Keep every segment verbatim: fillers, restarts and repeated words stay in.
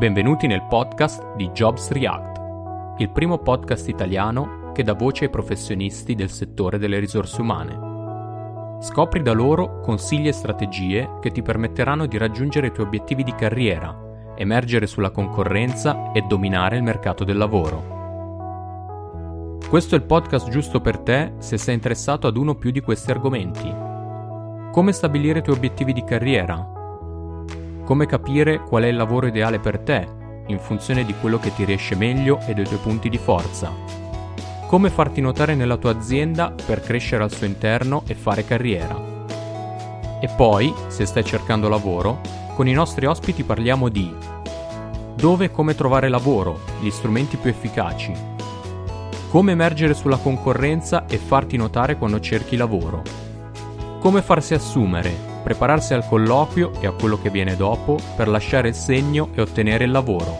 Benvenuti nel podcast di Jobs React, il primo podcast italiano che dà voce ai professionisti del settore delle risorse umane. Scopri da loro consigli e strategie che ti permetteranno di raggiungere i tuoi obiettivi di carriera, emergere sulla concorrenza e dominare il mercato del lavoro. Questo è il podcast giusto per te se sei interessato ad uno o più di questi argomenti. Come stabilire i tuoi obiettivi di carriera? Come capire qual è il lavoro ideale per te, in funzione di quello che ti riesce meglio e dei tuoi punti di forza. Come farti notare nella tua azienda per crescere al suo interno e fare carriera. E poi, se stai cercando lavoro, con i nostri ospiti parliamo di dove e come trovare lavoro, gli strumenti più efficaci, come emergere sulla concorrenza e farti notare quando cerchi lavoro, come farsi assumere, prepararsi al colloquio e a quello che viene dopo per lasciare il segno e ottenere il lavoro.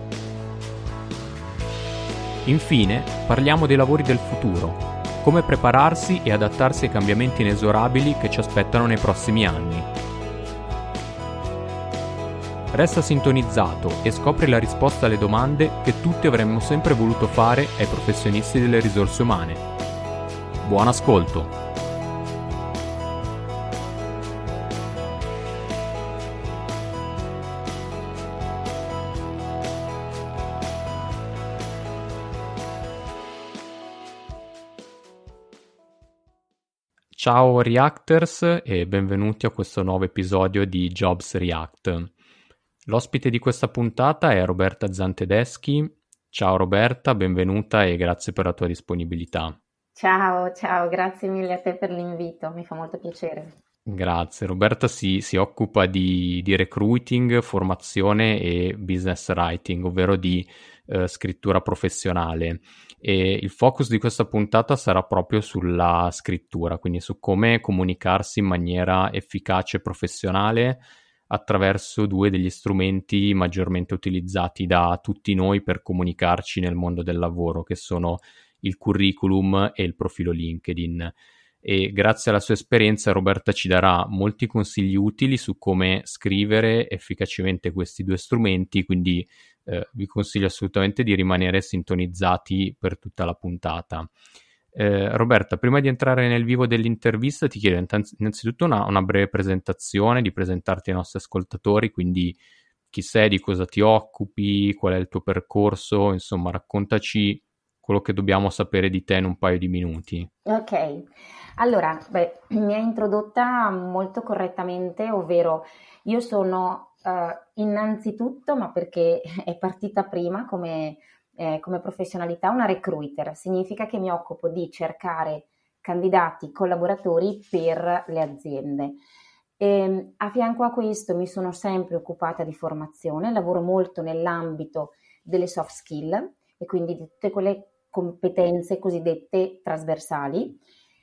Infine, parliamo dei lavori del futuro, come prepararsi e adattarsi ai cambiamenti inesorabili che ci aspettano nei prossimi anni. Resta sintonizzato e scopri la risposta alle domande che tutti avremmo sempre voluto fare ai professionisti delle risorse umane. Buon ascolto! Ciao Reactors e benvenuti a questo nuovo episodio di Jobs React. L'ospite di questa puntata è Roberta Zantedeschi. Ciao Roberta, benvenuta e grazie per la tua disponibilità. Ciao, ciao, grazie mille a te per l'invito, mi fa molto piacere. Grazie. Roberta si, si occupa di, di recruiting, formazione e business writing, ovvero di eh, scrittura professionale. E il focus di questa puntata sarà proprio sulla scrittura, quindi su come comunicarsi in maniera efficace e professionale attraverso due degli strumenti maggiormente utilizzati da tutti noi per comunicarci nel mondo del lavoro, che sono il curriculum e il profilo LinkedIn. E grazie alla sua esperienza Roberta ci darà molti consigli utili su come scrivere efficacemente questi due strumenti, quindi eh, vi consiglio assolutamente di rimanere sintonizzati per tutta la puntata. Eh, Roberta, prima di entrare nel vivo dell'intervista ti chiedo innanzitutto una, una breve presentazione, di presentarti ai nostri ascoltatori, quindi chi sei, di cosa ti occupi, qual è il tuo percorso, insomma raccontaci quello che dobbiamo sapere di te in un paio di minuti. Ok, allora, beh, mi hai introdotta molto correttamente, ovvero io sono uh, innanzitutto, ma perché è partita prima come, eh, come professionalità, una recruiter. Significa che mi occupo di cercare candidati, collaboratori per le aziende. E, a fianco a questo mi sono sempre occupata di formazione, lavoro molto nell'ambito delle soft skill e quindi di tutte quelle competenze cosiddette trasversali.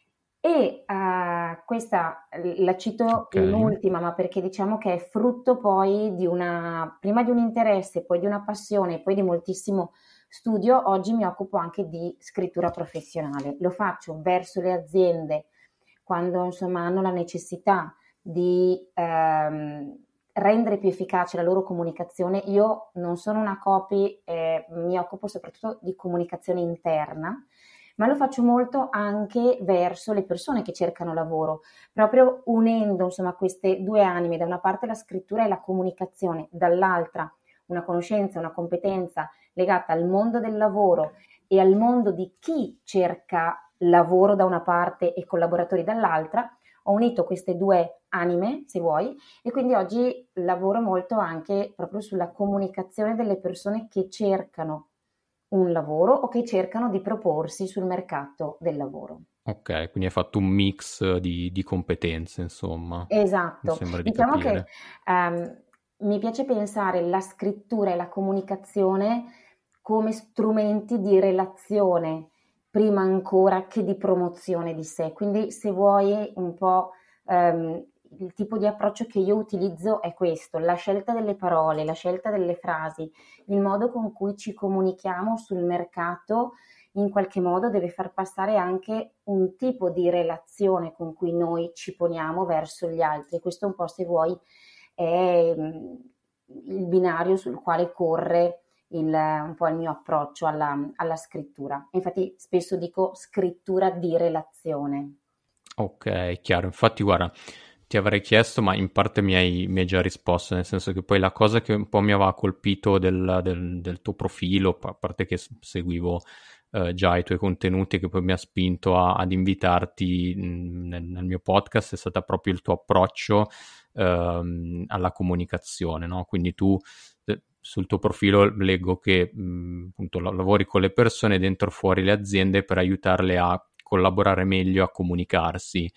E uh, questa la cito Okay. in ultima, ma perché diciamo che è frutto poi di una, prima di un interesse, poi di una passione, poi di moltissimo studio. Oggi mi occupo anche di scrittura professionale. Lo faccio verso le aziende quando insomma hanno la necessità di ehm, rendere più efficace la loro comunicazione. Io non sono una copy, eh, mi occupo soprattutto di comunicazione interna, ma lo faccio molto anche verso le persone che cercano lavoro, proprio unendo insomma queste due anime, da una parte la scrittura e la comunicazione, dall'altra una conoscenza, una competenza legata al mondo del lavoro e al mondo di chi cerca lavoro da una parte e collaboratori dall'altra. Ho unito queste due anime, se vuoi, e quindi oggi lavoro molto anche proprio sulla comunicazione delle persone che cercano un lavoro o che cercano di proporsi sul mercato del lavoro. Ok, quindi hai fatto un mix di, di competenze, insomma. Esatto. Mi sembra di Diciamo capire. che ehm, mi piace pensare la scrittura e la comunicazione come strumenti di relazione, prima ancora che di promozione di sé. Quindi se vuoi un po' ehm, il tipo di approccio che io utilizzo è questo: la scelta delle parole, la scelta delle frasi, il modo con cui ci comunichiamo sul mercato in qualche modo deve far passare anche un tipo di relazione con cui noi ci poniamo verso gli altri. Questo un po', se vuoi, è il binario sul quale corre il, un po' il mio approccio alla, alla scrittura. Infatti spesso dico scrittura di relazione. Ok, chiaro. Infatti, guarda, ti avrei chiesto, ma in parte mi hai, mi hai già risposto, nel senso che poi la cosa che un po' mi aveva colpito del, del- del tuo profilo, a parte che s- seguivo eh, già i tuoi contenuti, che poi mi ha spinto a- ad invitarti mh, nel, nel mio podcast, è stato proprio il tuo approccio ehm, alla comunicazione, no? Quindi tu eh, sul tuo profilo leggo che mh, appunto la- lavori con le persone dentro e fuori le aziende per aiutarle a collaborare meglio, a comunicarsi.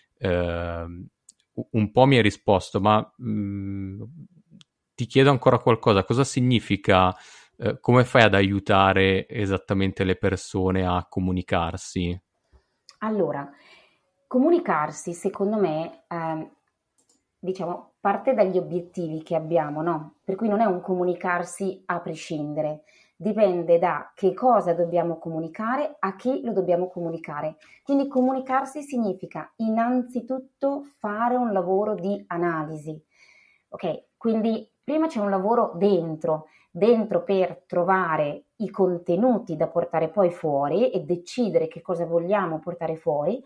Eh, un po' mi hai risposto, ma mh, ti chiedo ancora qualcosa. Cosa significa, eh, come fai ad aiutare esattamente le persone a comunicarsi? Allora, comunicarsi, secondo me, ehm, diciamo, parte dagli obiettivi che abbiamo, no? Per cui non è un comunicarsi a prescindere, dipende da che cosa dobbiamo comunicare, a chi lo dobbiamo comunicare. Quindi comunicarsi significa innanzitutto fare un lavoro di analisi. Ok, quindi prima c'è un lavoro dentro, dentro per trovare i contenuti da portare poi fuori e decidere che cosa vogliamo portare fuori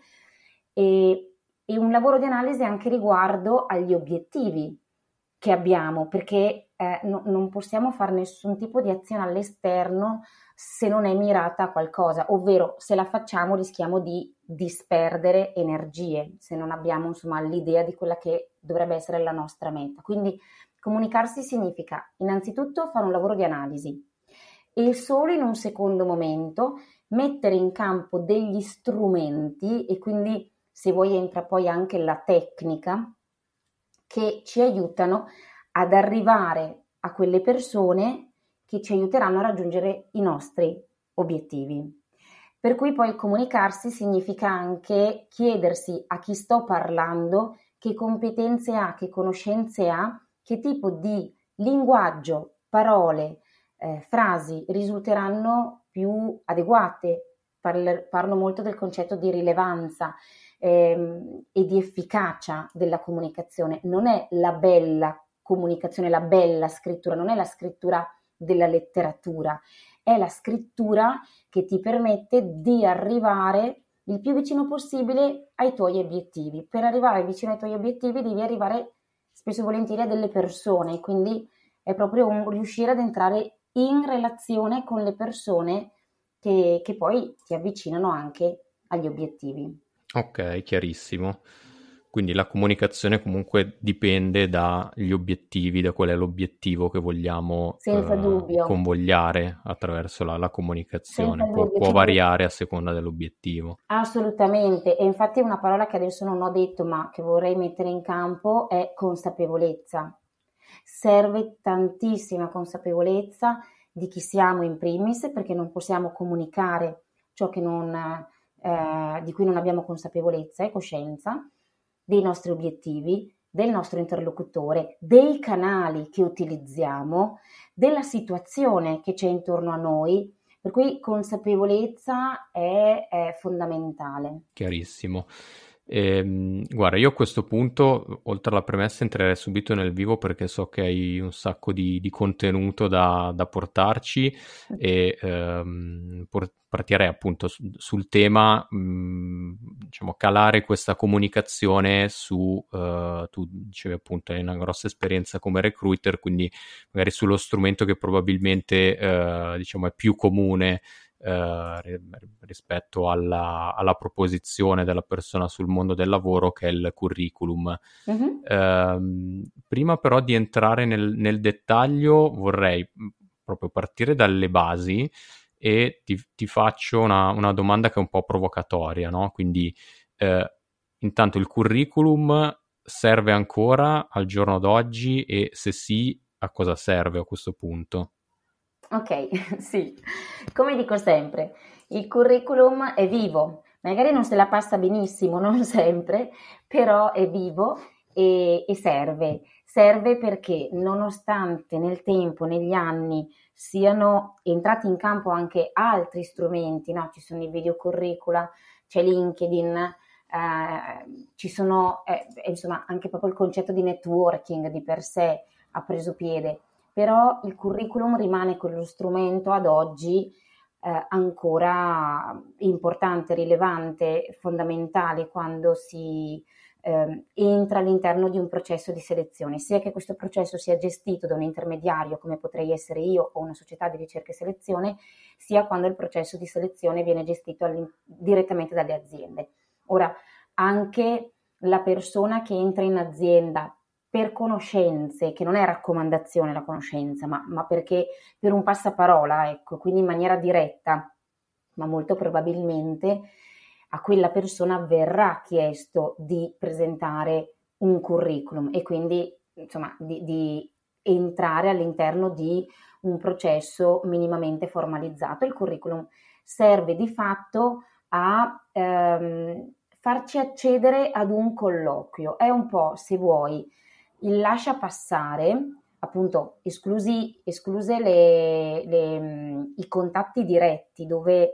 e, e un lavoro di analisi anche riguardo agli obiettivi che abbiamo, perché eh, no- non possiamo fare nessun tipo di azione all'esterno se non è mirata a qualcosa, ovvero se la facciamo rischiamo di disperdere energie, se non abbiamo insomma l'idea di quella che dovrebbe essere la nostra meta. Quindi comunicarsi significa innanzitutto fare un lavoro di analisi e solo in un secondo momento mettere in campo degli strumenti e quindi se vuoi entra poi anche la tecnica che ci aiutano ad arrivare a quelle persone che ci aiuteranno a raggiungere i nostri obiettivi. Per cui poi comunicarsi significa anche chiedersi a chi sto parlando che competenze ha, che conoscenze ha, che tipo di linguaggio, parole, eh, frasi risulteranno più adeguate. Parlo, parlo molto del concetto di rilevanza ehm, e di efficacia della comunicazione. Non è la bella comunicazione, la bella scrittura, non è la scrittura della letteratura, è la scrittura che ti permette di arrivare il più vicino possibile ai tuoi obiettivi. Per arrivare vicino ai tuoi obiettivi devi arrivare spesso e volentieri a delle persone, quindi è proprio un riuscire ad entrare in relazione con le persone che, che poi ti avvicinano anche agli obiettivi. Ok, chiarissimo. Quindi la comunicazione comunque dipende dagli obiettivi, da qual è l'obiettivo che vogliamo Senza eh, dubbio, convogliare attraverso la, la senza comunicazione. Può, dubbio, può ci deve variare a seconda dell'obiettivo. assolutamente, e infatti una parola che adesso non ho detto ma che vorrei mettere in campo è consapevolezza. Serve tantissima consapevolezza di chi siamo in primis perché non possiamo comunicare ciò che non, eh, di cui non abbiamo consapevolezza e coscienza, dei nostri obiettivi, del nostro interlocutore, dei canali che utilizziamo, della situazione che c'è intorno a noi, per cui consapevolezza è, è fondamentale. Chiarissimo. Ehm, guarda, io a questo punto, oltre alla premessa, entrerei subito nel vivo perché so che hai un sacco di, di contenuto da, da portarci e ehm, por- partirei appunto su- sul tema, mh, diciamo, calare questa comunicazione su, eh, tu dicevi appunto, hai una grossa esperienza come recruiter, quindi magari sullo strumento che probabilmente, eh, diciamo, è più comune eh, rispetto alla, alla proposizione della persona sul mondo del lavoro, che è il curriculum. Mhm. Ehm, prima però di entrare nel, nel dettaglio vorrei mh, proprio partire dalle basi e ti, ti faccio una, una domanda che è un po' provocatoria, no? Quindi eh, intanto il curriculum serve ancora al giorno d'oggi e se sì, a cosa serve a questo punto? Ok, sì, come dico sempre, il curriculum è vivo, magari non se la passa benissimo, non sempre, però è vivo e, e serve. Serve perché nonostante nel tempo, negli anni, siano entrati in campo anche altri strumenti, no? Ci sono i video curricula, c'è LinkedIn, eh, ci sono eh, insomma anche proprio il concetto di networking di per sé ha preso piede, però il curriculum rimane quello strumento ad oggi eh, ancora importante, rilevante, fondamentale quando si eh, entra all'interno di un processo di selezione, sia che questo processo sia gestito da un intermediario come potrei essere io o una società di ricerca e selezione, sia quando il processo di selezione viene gestito direttamente dalle aziende. Ora, anche la persona che entra in azienda per conoscenze, che non è raccomandazione la conoscenza, ma, ma perché per un passaparola, ecco, quindi in maniera diretta, ma molto probabilmente a quella persona verrà chiesto di presentare un curriculum e quindi insomma di, di entrare all'interno di un processo minimamente formalizzato. Il curriculum serve di fatto a ehm, farci accedere ad un colloquio, è un po', se vuoi, il lascia passare, appunto esclusi, escluse le, le, i contatti diretti dove,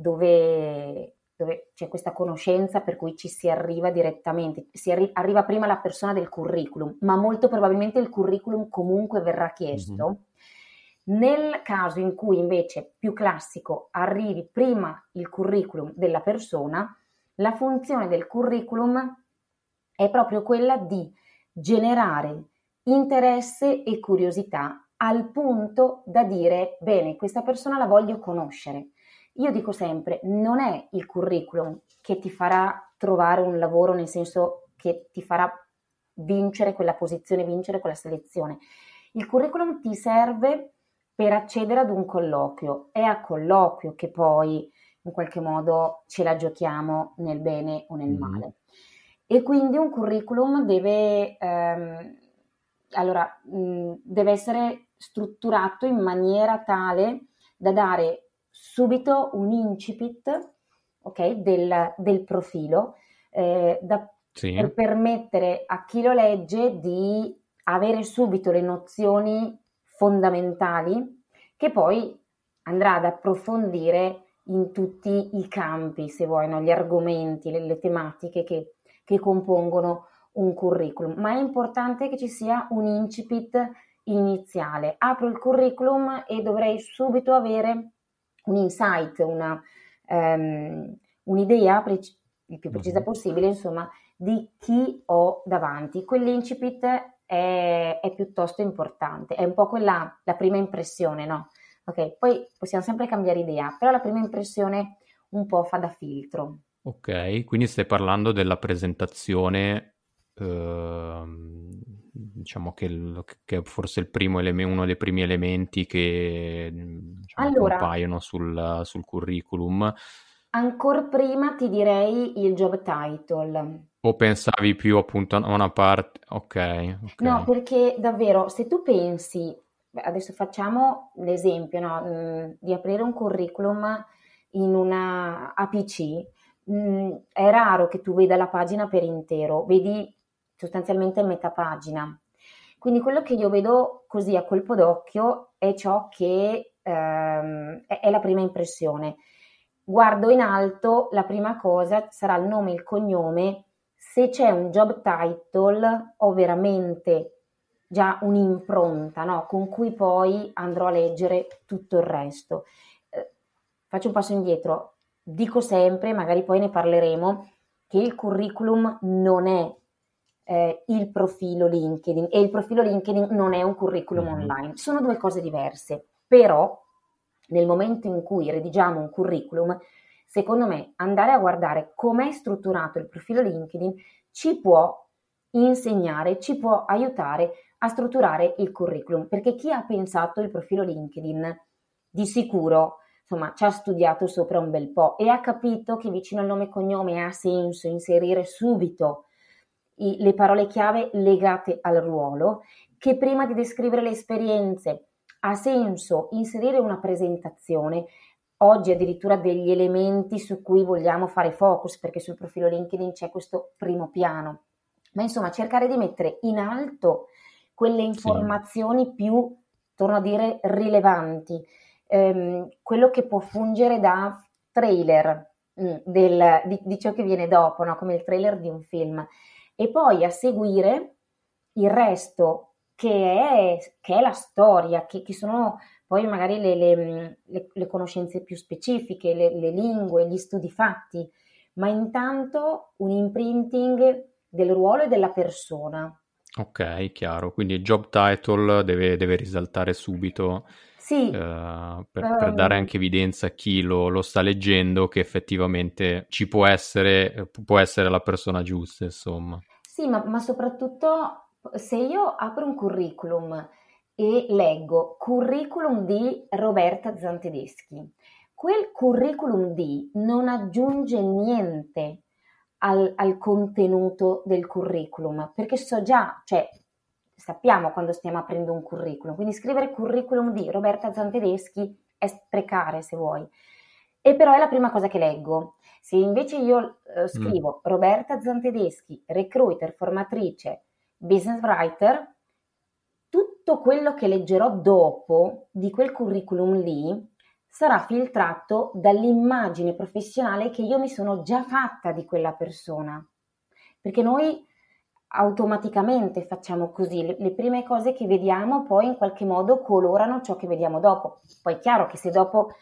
dove, dove c'è questa conoscenza per cui ci si arriva direttamente, si arri- arriva prima la persona del curriculum, ma molto probabilmente il curriculum comunque verrà chiesto. Mm-hmm. Nel caso in cui invece più classico arrivi prima il curriculum della persona, la funzione del curriculum è proprio quella di generare interesse e curiosità al punto da dire bene, questa persona la voglio conoscere. Io dico sempre, non è il curriculum che ti farà trovare un lavoro, nel senso che ti farà vincere quella posizione, vincere quella selezione. Il curriculum ti serve per accedere ad un colloquio, è a colloquio che poi in qualche modo ce la giochiamo nel bene o nel mm-hmm. male. E quindi un curriculum deve, ehm, allora, mh, deve essere strutturato in maniera tale da dare subito un incipit, okay, del, del profilo, eh, da, sì. per permettere a chi lo legge di avere subito le nozioni fondamentali che poi andrà ad approfondire in tutti i campi, se vuoi, no? Gli argomenti, le, le tematiche che, che compongono un curriculum. Ma è importante che ci sia un incipit iniziale. Apro il curriculum e dovrei subito avere un insight, una, um, un'idea prec- il più precisa mm-hmm. possibile, insomma, di chi ho davanti. Quell'incipit è, è piuttosto importante, è un po' quella la prima impressione, no? Ok, poi possiamo sempre cambiare idea, però la prima impressione un po' fa da filtro. Ok, quindi stai parlando della presentazione, ehm, diciamo che, che forse il primo eleme- uno dei primi elementi che diciamo, allora, compaiono sul, sul curriculum. Ancora prima ti direi il job title. O pensavi più appunto a una parte? Ok, ok. No, perché davvero, se tu pensi, adesso facciamo l'esempio, no, mh, di aprire un curriculum in una A P C, mh, è raro che tu veda la pagina per intero, vedi sostanzialmente metà pagina. Quindi quello che io vedo così a colpo d'occhio è ciò che ehm, è, è la prima impressione. Guardo in alto, la prima cosa sarà il nome e il cognome. Se c'è un job title ho veramente già un'impronta, no? Con cui poi andrò a leggere tutto il resto. Eh, faccio un passo indietro, dico sempre, magari poi ne parleremo, che il curriculum non è eh, il profilo LinkedIn e il profilo LinkedIn non è un curriculum mm-hmm. online, sono due cose diverse, però nel momento in cui redigiamo un curriculum, secondo me andare a guardare com'è strutturato il profilo LinkedIn ci può insegnare, ci può aiutare a strutturare il curriculum, perché chi ha pensato il profilo LinkedIn di sicuro insomma ci ha studiato sopra un bel po' e ha capito che vicino al nome e cognome ha senso inserire subito i, le parole chiave legate al ruolo, che prima di descrivere le esperienze ha senso inserire una presentazione. Oggi addirittura degli elementi su cui vogliamo fare focus, perché sul profilo LinkedIn c'è questo primo piano. Ma insomma, cercare di mettere in alto quelle informazioni sì. più, torno a dire, rilevanti, ehm, quello che può fungere da trailer mh, del, di, di ciò che viene dopo, no? Come il trailer di un film. E poi a seguire il resto che è, che è la storia, che, che sono poi magari le, le- le- le conoscenze più specifiche, le, le lingue, gli studi fatti, ma intanto un imprinting del ruolo e della persona. Ok, chiaro. Quindi il job title deve, deve risaltare subito Sì, eh, per, per dare ehm, anche evidenza a chi lo, lo sta leggendo che effettivamente ci può essere, può essere la persona giusta, insomma. sì, ma, ma soprattutto se io apro un curriculum e leggo curriculum di Roberta Zantedeschi, quel curriculum di non aggiunge niente al, al contenuto del curriculum, perché so già, cioè sappiamo quando stiamo aprendo un curriculum, quindi scrivere curriculum di Roberta Zantedeschi è sprecare se vuoi, e però è la prima cosa che leggo. Se invece io eh, Mm. scrivo Roberta Zantedeschi, recruiter, formatrice, business writer, tutto quello che leggerò dopo di quel curriculum lì sarà filtrato dall'immagine professionale che io mi sono già fatta di quella persona. Perché noi automaticamente facciamo così, le, le prime cose che vediamo poi in qualche modo colorano ciò che vediamo dopo. Poi è chiaro che se dopo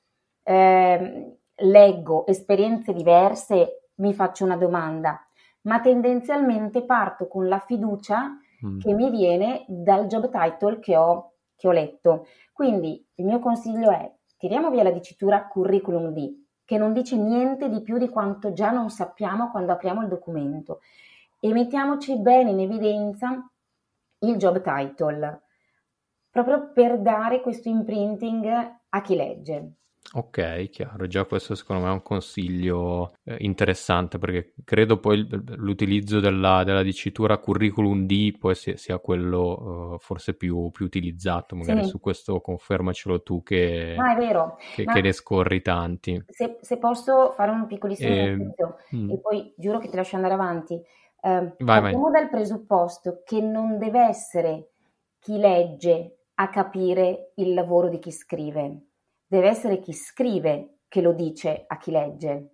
eh, leggo esperienze diverse mi faccio una domanda, ma tendenzialmente parto con la fiducia Mm. che mi viene dal job title che ho, che ho letto. Quindi il mio consiglio è tiriamo via la dicitura curriculum di, che non dice niente di più di quanto già non sappiamo quando apriamo il documento, e mettiamoci bene in evidenza il job title, proprio per dare questo imprinting a chi legge. Ok, chiaro, già questo secondo me è un consiglio eh, interessante perché credo poi il- l'utilizzo della, della dicitura curriculum di poi sia, sia quello eh, forse più, più utilizzato, magari Sì, su questo confermacelo tu no, che, è vero, che- che ma ne scorri tanti. se, se posso fare un piccolissimo E, esercizio mm, e poi giuro che ti lascio andare avanti, eh, vai, vai. partiamo dal presupposto che non deve essere chi legge a capire il lavoro di chi scrive, deve essere chi scrive che lo dice a chi legge.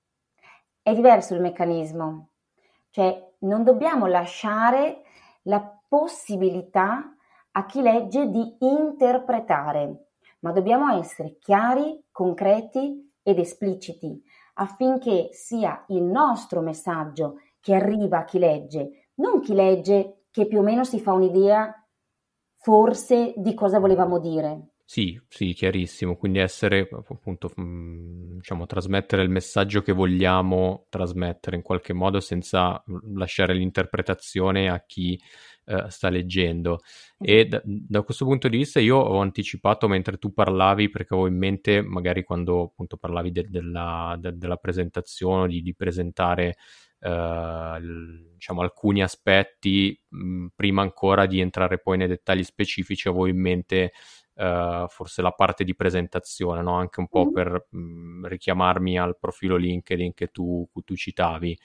È diverso il meccanismo, cioè non dobbiamo lasciare la possibilità a chi legge di interpretare, ma dobbiamo essere chiari, concreti ed espliciti affinché sia il nostro messaggio che arriva a chi legge, non chi legge che più o meno si fa un'idea forse di cosa volevamo dire. Sì, sì, chiarissimo. Quindi essere appunto, mm, diciamo, trasmettere il messaggio che vogliamo trasmettere in qualche modo senza mm, lasciare l'interpretazione a chi eh, sta leggendo. E da, da questo punto di vista io ho anticipato mentre tu parlavi, perché avevo in mente, magari quando appunto parlavi de- della, de- della presentazione, di, di presentare eh, il- diciamo alcuni aspetti, mh, prima ancora di entrare poi nei dettagli specifici, avevo in mente Uh, forse la parte di presentazione, no? Anche un po' Mm. per mh, richiamarmi al profilo LinkedIn che tu, che tu citavi.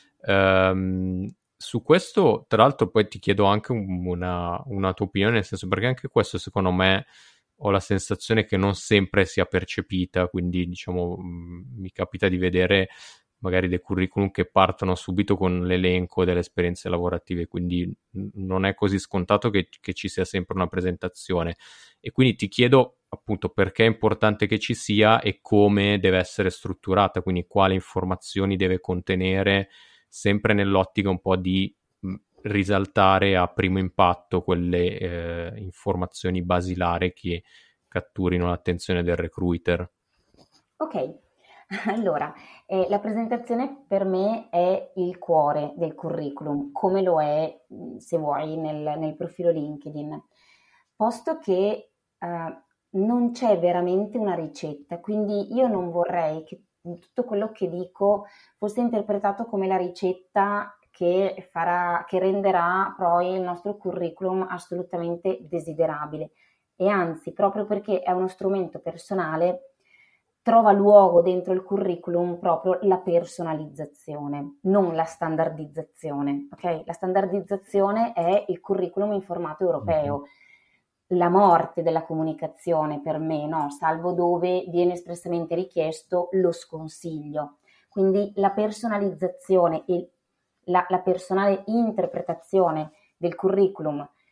Um, su questo, tra l'altro, poi ti chiedo anche un, una, una tua opinione, nel senso perché anche questo, secondo me, ho la sensazione che non sempre sia percepita, quindi diciamo mh, mi capita di vedere magari dei curriculum che partono subito con l'elenco delle esperienze lavorative, quindi n- non è così scontato che, che ci sia sempre una presentazione. E quindi ti chiedo appunto perché è importante che ci sia e come deve essere strutturata, quindi quali informazioni deve contenere, sempre nell'ottica un po' di mh, risaltare a primo impatto quelle eh, informazioni basilari che catturino l'attenzione del recruiter. Ok, allora, eh, la presentazione per me è il cuore del curriculum, come lo è, mh, se vuoi, nel, nel profilo LinkedIn, posto che eh, non c'è veramente una ricetta, quindi io non vorrei che tutto quello che dico fosse interpretato come la ricetta che farà, che renderà poi il nostro curriculum assolutamente desiderabile. E anzi, proprio perché è uno strumento personale, trova luogo dentro il curriculum proprio la personalizzazione, non la standardizzazione. Ok? La standardizzazione è il curriculum in formato Mm-hmm. europeo, la morte della comunicazione per me, no? Salvo dove viene espressamente richiesto lo sconsiglio. Quindi la personalizzazione e la, la personale interpretazione del curriculum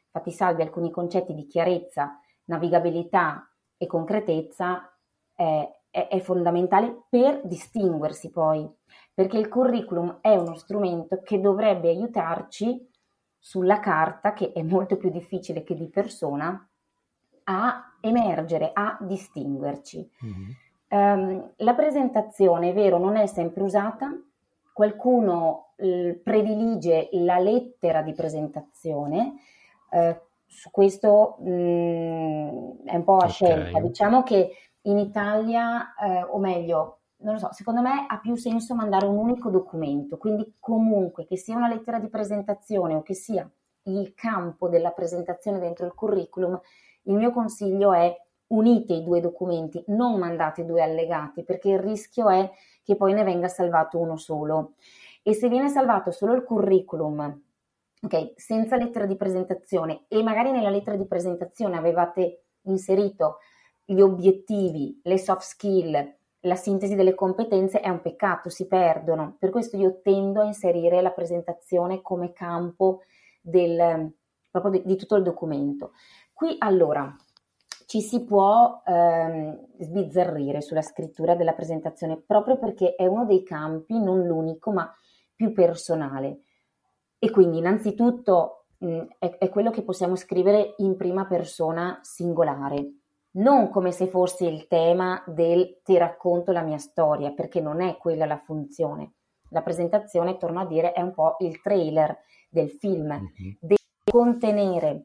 fatti salvi alcuni concetti di chiarezza, navigabilità e concretezza, è, è, è fondamentale per distinguersi poi, perché il curriculum è uno strumento che dovrebbe aiutarci sulla carta, che è molto più difficile che di persona, a emergere, a distinguerci. Mm-hmm. Um, la presentazione, è vero, non è sempre usata, qualcuno eh, predilige la lettera di presentazione, eh, su questo mh, è un po' a scelta. Okay. Diciamo che in Italia, eh, o meglio, non lo so, secondo me ha più senso mandare un unico documento, quindi comunque che sia una lettera di presentazione o che sia il campo della presentazione dentro il curriculum, il mio consiglio è: unite i due documenti, non mandate due allegati, perché il rischio è che poi ne venga salvato uno solo. E se viene salvato solo il curriculum, ok, senza lettera di presentazione, e magari nella lettera di presentazione avevate inserito gli obiettivi, le soft skill, la sintesi delle competenze, è un peccato, si perdono. Per questo io tendo a inserire la presentazione come campo del, proprio di, di tutto il documento. Qui allora ci si può ehm, sbizzarrire sulla scrittura della presentazione, proprio perché è uno dei campi, non l'unico, ma più personale. E quindi innanzitutto mh, è, è quello che possiamo scrivere in prima persona singolare, non come se fosse il tema del ti racconto la mia storia, perché non è quella la funzione. La presentazione, torno a dire, è un po' il trailer del film, mm-hmm. deve contenere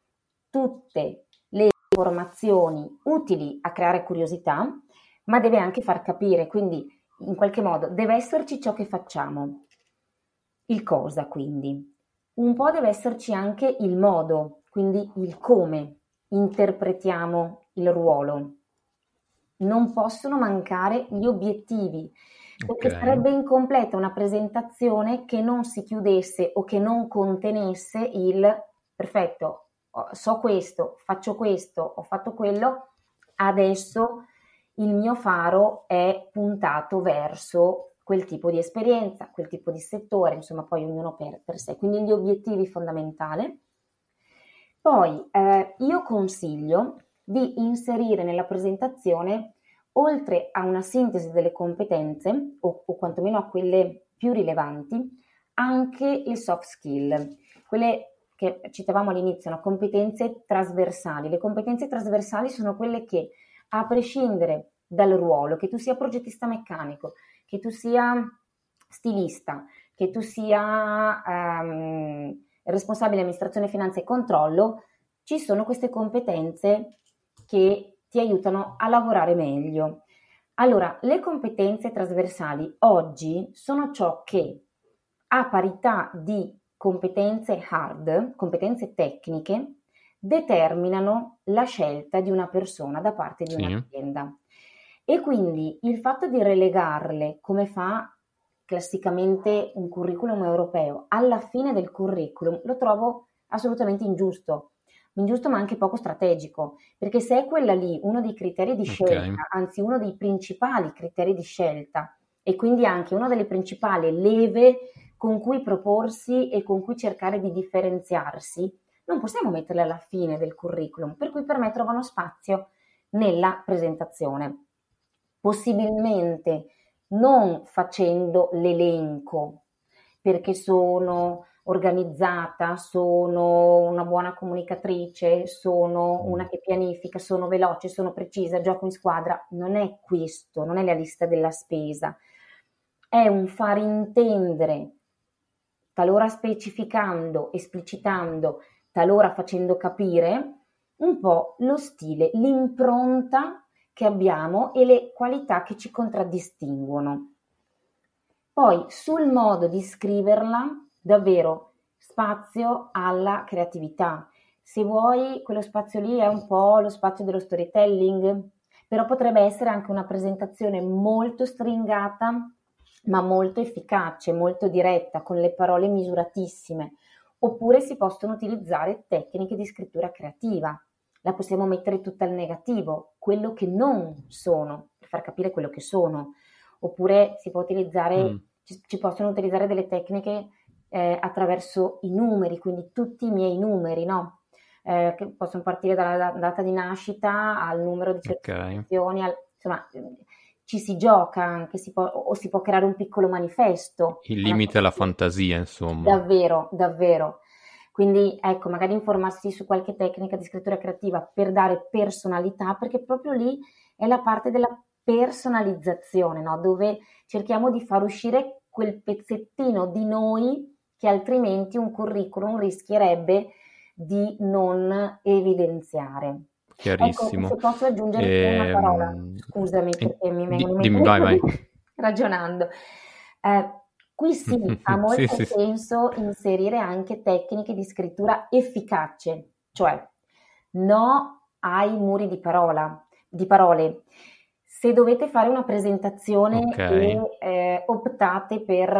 tutte le informazioni utili a creare curiosità, ma deve anche far capire, quindi in qualche modo deve esserci ciò che facciamo, il cosa quindi. Un po' deve esserci anche il modo, quindi il come interpretiamo il ruolo. Non possono mancare gli obiettivi, perché okay. sarebbe incompleta una presentazione che non si chiudesse o che non contenesse il perfetto, so questo, faccio questo, ho fatto quello, adesso il mio faro è puntato verso quel tipo di esperienza, quel tipo di settore, insomma poi ognuno per, per sé, quindi gli obiettivi fondamentali. Poi eh, io consiglio di inserire nella presentazione, oltre a una sintesi delle competenze, o, o quantomeno a quelle più rilevanti, anche le soft skill, quelle che citavamo all'inizio, no? Competenze trasversali. Le competenze trasversali sono quelle che, a prescindere dal ruolo, che tu sia progettista meccanico, che tu sia stilista, che tu sia um, responsabile amministrazione, finanza e controllo, ci sono queste competenze che ti aiutano a lavorare meglio. Allora, le competenze trasversali oggi sono ciò che, a parità di competenze hard, competenze tecniche, determinano la scelta di una persona da parte di sì. un'azienda. E quindi il fatto di relegarle, come fa classicamente un curriculum europeo, alla fine del curriculum, lo trovo assolutamente ingiusto. Ingiusto ma anche poco strategico, perché se è quella lì uno dei criteri di scelta, okay. anzi uno dei principali criteri di scelta, e quindi anche una delle principali leve con cui proporsi e con cui cercare di differenziarsi, non possiamo metterle alla fine del curriculum, per cui per me trovano spazio nella presentazione. Possibilmente non facendo l'elenco, perché sono organizzata, sono una buona comunicatrice, sono una che pianifica, sono veloce, sono precisa, gioco in squadra. Non è questo, non è la lista della spesa. È un far intendere, talora specificando, esplicitando, talora facendo capire un po' lo stile, l'impronta che abbiamo e le qualità che ci contraddistinguono. Poi sul modo di scriverla, davvero spazio alla creatività. Se vuoi, quello spazio lì è un po' lo spazio dello storytelling, però potrebbe essere anche una presentazione molto stringata, ma molto efficace, molto diretta, con le parole misuratissime. Oppure si possono utilizzare tecniche di scrittura creativa. La possiamo mettere tutta al negativo, quello che non sono, per far capire quello che sono. Oppure si può utilizzare, mm. ci, ci possono utilizzare delle tecniche eh, attraverso i numeri, quindi tutti i miei numeri, no? eh, che possono partire dalla data di nascita al numero di Ok. certificazioni, al- insomma, ci si gioca anche, si può, o si può creare un piccolo manifesto. Il Una limite è cosa la più- fantasia, insomma. Davvero, davvero. Quindi ecco, magari informarsi su qualche tecnica di scrittura creativa per dare personalità, perché proprio lì è la parte della personalizzazione, no? Dove cerchiamo di far uscire quel pezzettino di noi che altrimenti un curriculum rischierebbe di non evidenziare. Ecco, Chiarissimo. se posso aggiungere una parola, Ehm, scusami e- perché mi di- vengono in mente dimmi, le vai, cose vai. ragionando. Eh, qui sì, ha Sì, molto sì, sì. senso inserire anche tecniche di scrittura efficace, cioè no ai muri di parola, di parole. Se dovete fare una Ok, presentazione e eh, optate per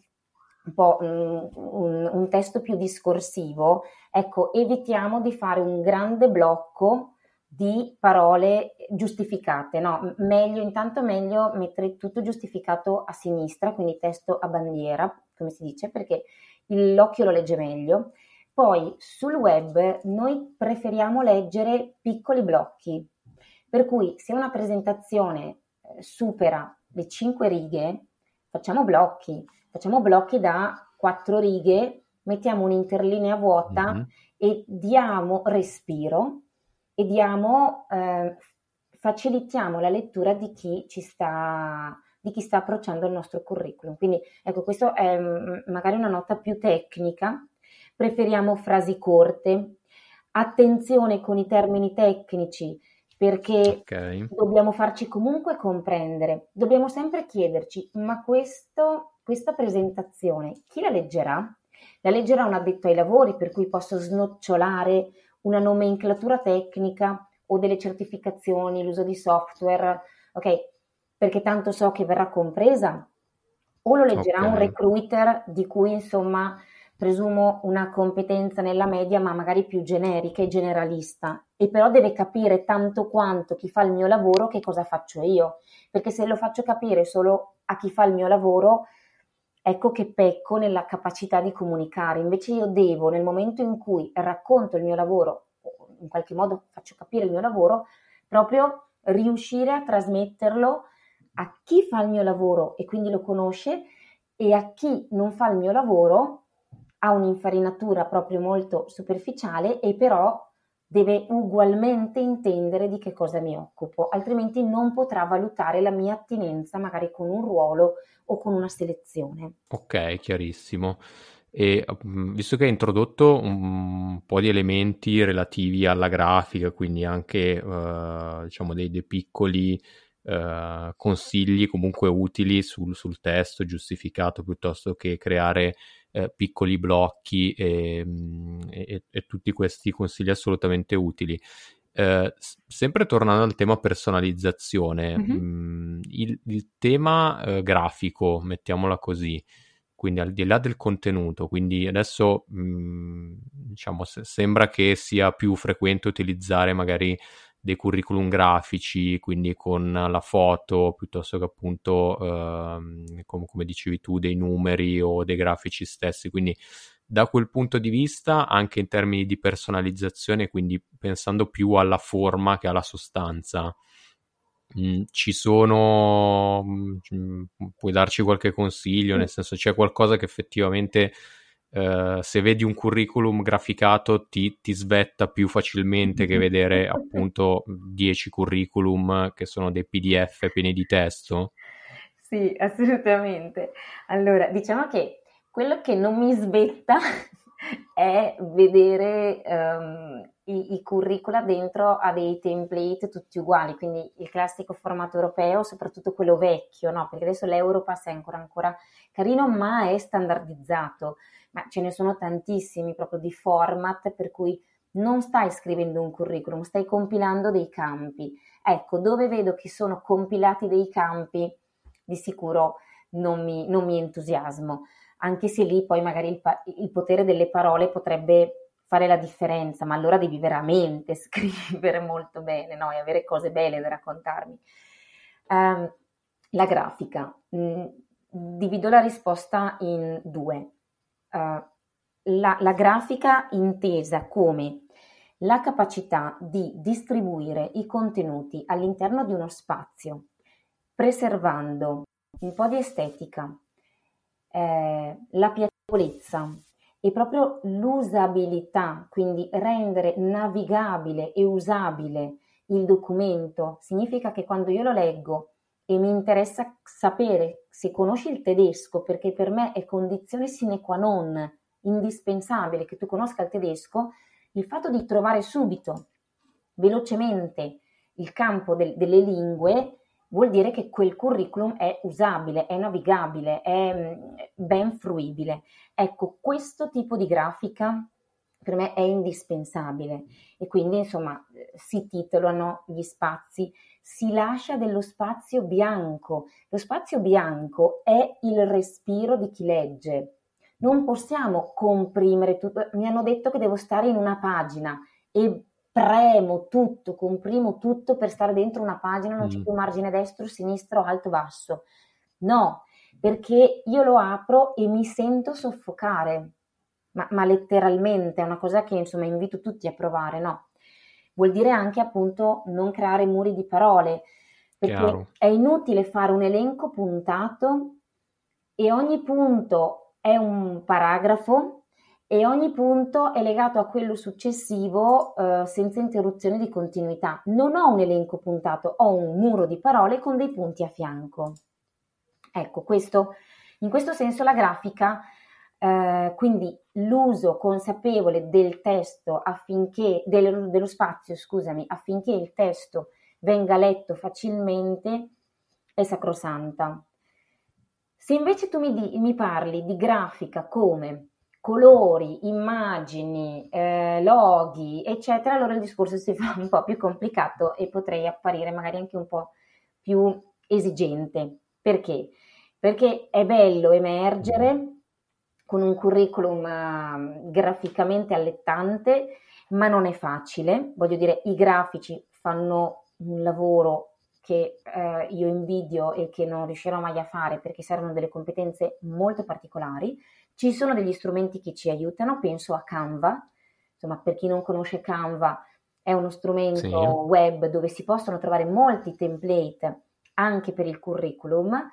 un po' un, un- un testo più discorsivo, ecco, evitiamo di fare un grande blocco di parole giustificate, no? M- Meglio, intanto meglio mettere tutto giustificato a sinistra, quindi testo a bandiera, come si dice, perché il- l'occhio lo legge meglio. Poi sul web noi preferiamo leggere piccoli blocchi, per cui se una presentazione eh, supera le cinque righe, facciamo blocchi, facciamo blocchi da quattro righe, mettiamo un'interlinea vuota mhm, e diamo respiro e diamo, eh, facilitiamo la lettura di chi ci sta, di chi sta approcciando il nostro curriculum. Quindi ecco, questo è mm, magari una nota più tecnica. Preferiamo frasi corte, attenzione con i termini tecnici perché ok, dobbiamo farci comunque comprendere, dobbiamo sempre chiederci, ma questo, questa presentazione chi la leggerà? La leggerà un addetto ai lavori, per cui posso snocciolare una nomenclatura tecnica o delle certificazioni, l'uso di software, ok? Perché tanto so che verrà compresa, o lo leggerà un ok. recruiter di cui insomma presumo una competenza nella media, ma magari più generica e generalista, e però deve capire tanto quanto chi fa il mio lavoro che cosa faccio io, perché se lo faccio capire solo a chi fa il mio lavoro, ecco che pecco nella capacità di comunicare. Invece io devo, nel momento in cui racconto il mio lavoro, o in qualche modo faccio capire il mio lavoro, proprio riuscire a trasmetterlo a chi fa il mio lavoro e quindi lo conosce e a chi non fa il mio lavoro ha un'infarinatura proprio molto superficiale e però deve ugualmente intendere di che cosa mi occupo, altrimenti non potrà valutare la mia attinenza magari con un ruolo o con una selezione. Ok, chiarissimo. E mm, visto che hai introdotto un po' di elementi relativi alla grafica, quindi anche eh, diciamo dei, dei piccoli eh, consigli comunque utili sul, sul testo giustificato piuttosto che creare eh, piccoli blocchi e, mm, e- e tutti questi consigli assolutamente utili. Eh, s- sempre tornando al tema personalizzazione, Mhm. mh, il, il tema eh, grafico, mettiamola così, quindi al di là del contenuto, quindi adesso mh, diciamo se- sembra che sia più frequente utilizzare magari dei curriculum grafici, quindi con la foto piuttosto che appunto ehm, come, come dicevi tu dei numeri o dei grafici stessi, quindi da quel punto di vista, anche in termini di personalizzazione, quindi pensando più alla forma che alla sostanza, mh, ci sono, mh, puoi darci qualche consiglio, nel Sì. senso c'è qualcosa che effettivamente eh, se vedi un curriculum graficato ti, ti svetta più facilmente che vedere appunto dieci curriculum che sono dei P D F pieni di testo? Sì, assolutamente. Allora, diciamo che quello che non mi svetta è vedere ehm, i, i curricula dentro a dei template tutti uguali, quindi il classico formato europeo, soprattutto quello vecchio, no? Perché adesso l'Europass è ancora, ancora carino, ma è standardizzato. Ma ce ne sono tantissimi proprio di format per cui non stai scrivendo un curriculum, stai compilando dei campi. Ecco, dove vedo che sono compilati dei campi, di sicuro non mi, non mi entusiasmo, anche se lì poi magari il, pa- il potere delle parole potrebbe fare la differenza, ma allora devi veramente scrivere molto bene, no? E avere cose belle da raccontarmi. Ehm, la grafica. Mm, divido la risposta in due. Eh, la, la grafica intesa come la capacità di distribuire i contenuti all'interno di uno spazio, preservando un po' di estetica, eh, la piacevolezza e proprio l'usabilità, quindi rendere navigabile e usabile il documento, significa che quando io lo leggo e mi interessa sapere se conosci il tedesco, perché per me è condizione sine qua non, indispensabile che tu conosca il tedesco, il fatto di trovare subito, velocemente, il campo del, delle lingue vuol dire che quel curriculum è usabile, è navigabile, è ben fruibile. Ecco, questo tipo di grafica per me è indispensabile e quindi insomma si titolano gli spazi, si lascia dello spazio bianco. Lo spazio bianco è il respiro di chi legge. Non possiamo comprimere tutto. Mi hanno detto che devo stare in una pagina e premo tutto, comprimo tutto per stare dentro una pagina, non mm. c'è più margine destro, sinistro, alto, basso. No, perché io lo apro e mi sento soffocare, ma, ma letteralmente è una cosa che insomma invito tutti a provare, no? Vuol dire anche appunto non creare muri di parole, perché Chiaro. È inutile fare un elenco puntato e ogni punto è un paragrafo e ogni punto è legato a quello successivo eh, senza interruzione di continuità. Non ho un elenco puntato, ho un muro di parole con dei punti a fianco. Ecco, questo, in questo senso la grafica, eh, quindi l'uso consapevole del testo affinché, del, dello spazio, scusami, affinché il testo venga letto facilmente, è sacrosanta. Se invece tu mi, di, mi parli di grafica come colori, immagini, eh, loghi, eccetera, allora il discorso si fa un po' più complicato e potrei apparire magari anche un po' più esigente. Perché? Perché è bello emergere con un curriculum uh, graficamente allettante, ma non è facile. Voglio dire, i grafici fanno un lavoro che eh, io invidio e che non riuscirò mai a fare perché servono delle competenze molto particolari. Ci sono degli strumenti che ci aiutano, penso a Canva. Insomma, per chi non conosce Canva, è uno strumento sì. web dove si possono trovare molti template anche per il curriculum.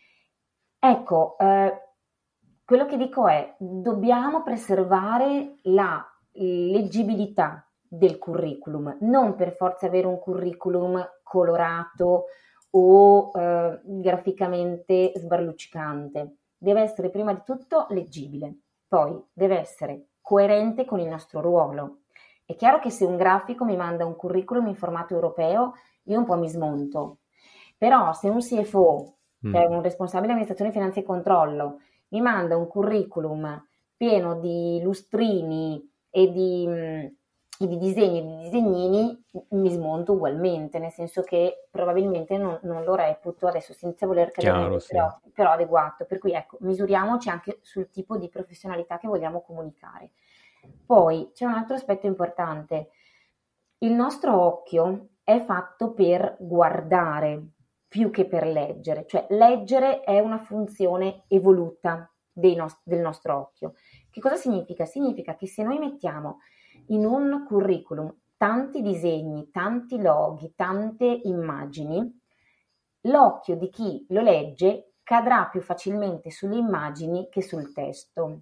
Ecco, eh, quello che dico è, dobbiamo preservare la leggibilità del curriculum, non per forza avere un curriculum colorato o eh, graficamente sbarluccicante. Deve essere prima di tutto leggibile, poi deve essere coerente con il nostro ruolo. È chiaro che se un grafico mi manda un curriculum in formato europeo, io un po' mi smonto, però se un C F O, mm. cioè un responsabile amministrazione, finanza e controllo, mi manda un curriculum pieno di lustrini e di, e di disegni e di disegnini, mi smonto ugualmente, nel senso che probabilmente non, non lo reputo, adesso senza voler cadere, sì. però, però adeguato. Per cui ecco, misuriamoci anche sul tipo di professionalità che vogliamo comunicare. Poi c'è un altro aspetto importante. Il nostro occhio è fatto per guardare più che per leggere, cioè leggere è una funzione evoluta dei nost- del nostro occhio. Che cosa significa? Significa che se noi mettiamo in un curriculum tanti disegni, tanti loghi, tante immagini, l'occhio di chi lo legge cadrà più facilmente sulle immagini che sul testo.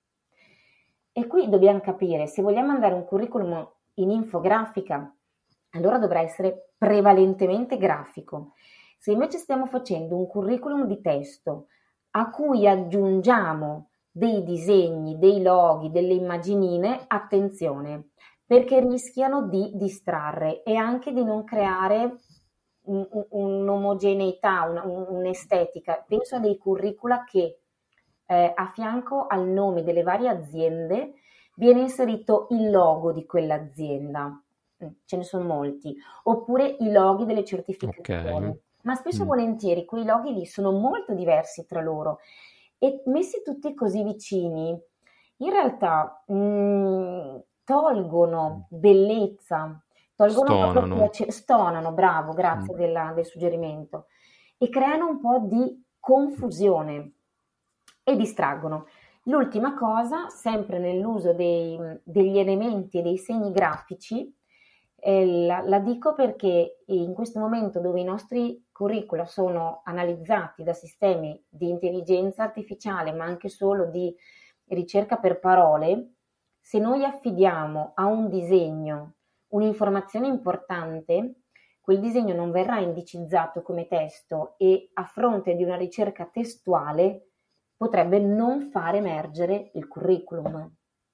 E qui dobbiamo capire, se vogliamo mandare un curriculum in infografica, allora dovrà essere prevalentemente grafico. Se invece stiamo facendo un curriculum di testo a cui aggiungiamo dei disegni, dei loghi, delle immaginine, attenzione, perché rischiano di distrarre e anche di non creare un, un, un'omogeneità, un, un'estetica. Penso a dei curricula che eh, a fianco al nome delle varie aziende viene inserito il logo di quell'azienda. Ce ne sono molti. Oppure i loghi delle certificazioni. Okay. Ma spesso e mm. volentieri quei loghi lì sono molto diversi tra loro e messi tutti così vicini in realtà mh, tolgono bellezza, tolgono stonano. proprio piace- stonano, bravo, grazie mm. della, del suggerimento, e creano un po' di confusione e distraggono. L'ultima cosa, sempre nell'uso dei, degli elementi e dei segni grafici, eh, la, la dico perché in questo momento dove i nostri curricula sono analizzati da sistemi di intelligenza artificiale, ma anche solo di ricerca per parole, se noi affidiamo a un disegno un'informazione importante, quel disegno non verrà indicizzato come testo e a fronte di una ricerca testuale potrebbe non far emergere il curriculum.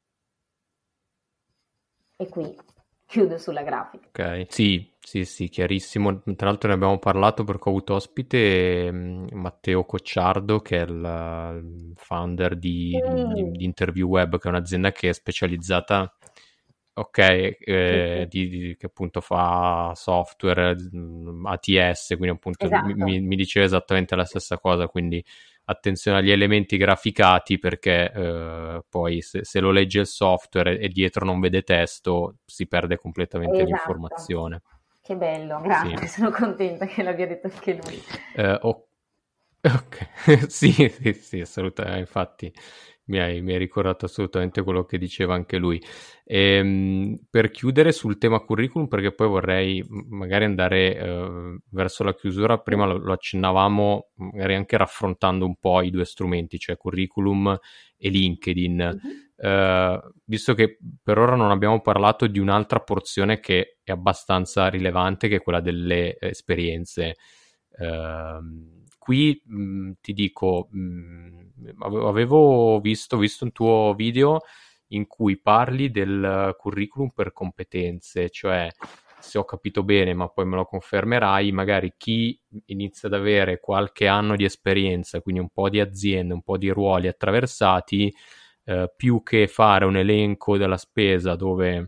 E qui chiudo sulla grafica. Ok, sì, sì, sì, chiarissimo. Tra l'altro ne abbiamo parlato perché ho avuto ospite mh, Matteo Cocciardo, che è il, il founder di, Sì, di, di Interview Web, che è un'azienda che è specializzata, ok, sì, eh, sì, di, di- che appunto fa software, mh, A T S, quindi appunto mi, esatto. mi- mi diceva esattamente la stessa cosa, quindi attenzione agli elementi graficati perché eh, poi se, se lo legge il software e dietro non vede testo si perde completamente Esatto, l'informazione. che bello, Sì. grazie, sono contenta che l'abbia detto anche lui. Eh, o- ok, sì, sì, sì, assolutamente, infatti mi hai, mi hai ricordato assolutamente quello che diceva anche lui. Ehm, per chiudere sul tema curriculum, perché poi vorrei m- magari andare eh, verso la chiusura, prima lo, lo accennavamo, magari anche raffrontando un po' i due strumenti, cioè curriculum e LinkedIn. Mhm. Eh, visto che per ora non abbiamo parlato di un'altra porzione che è abbastanza rilevante, che è quella delle esperienze. Ehm, qui mh, ti dico, mh, avevo avevo visto, visto un tuo video in cui parli del curriculum per competenze, cioè se ho capito bene, ma poi me lo confermerai, magari chi inizia ad avere qualche anno di esperienza, quindi un po' di aziende, un po' di ruoli attraversati, eh, più che fare un elenco della spesa dove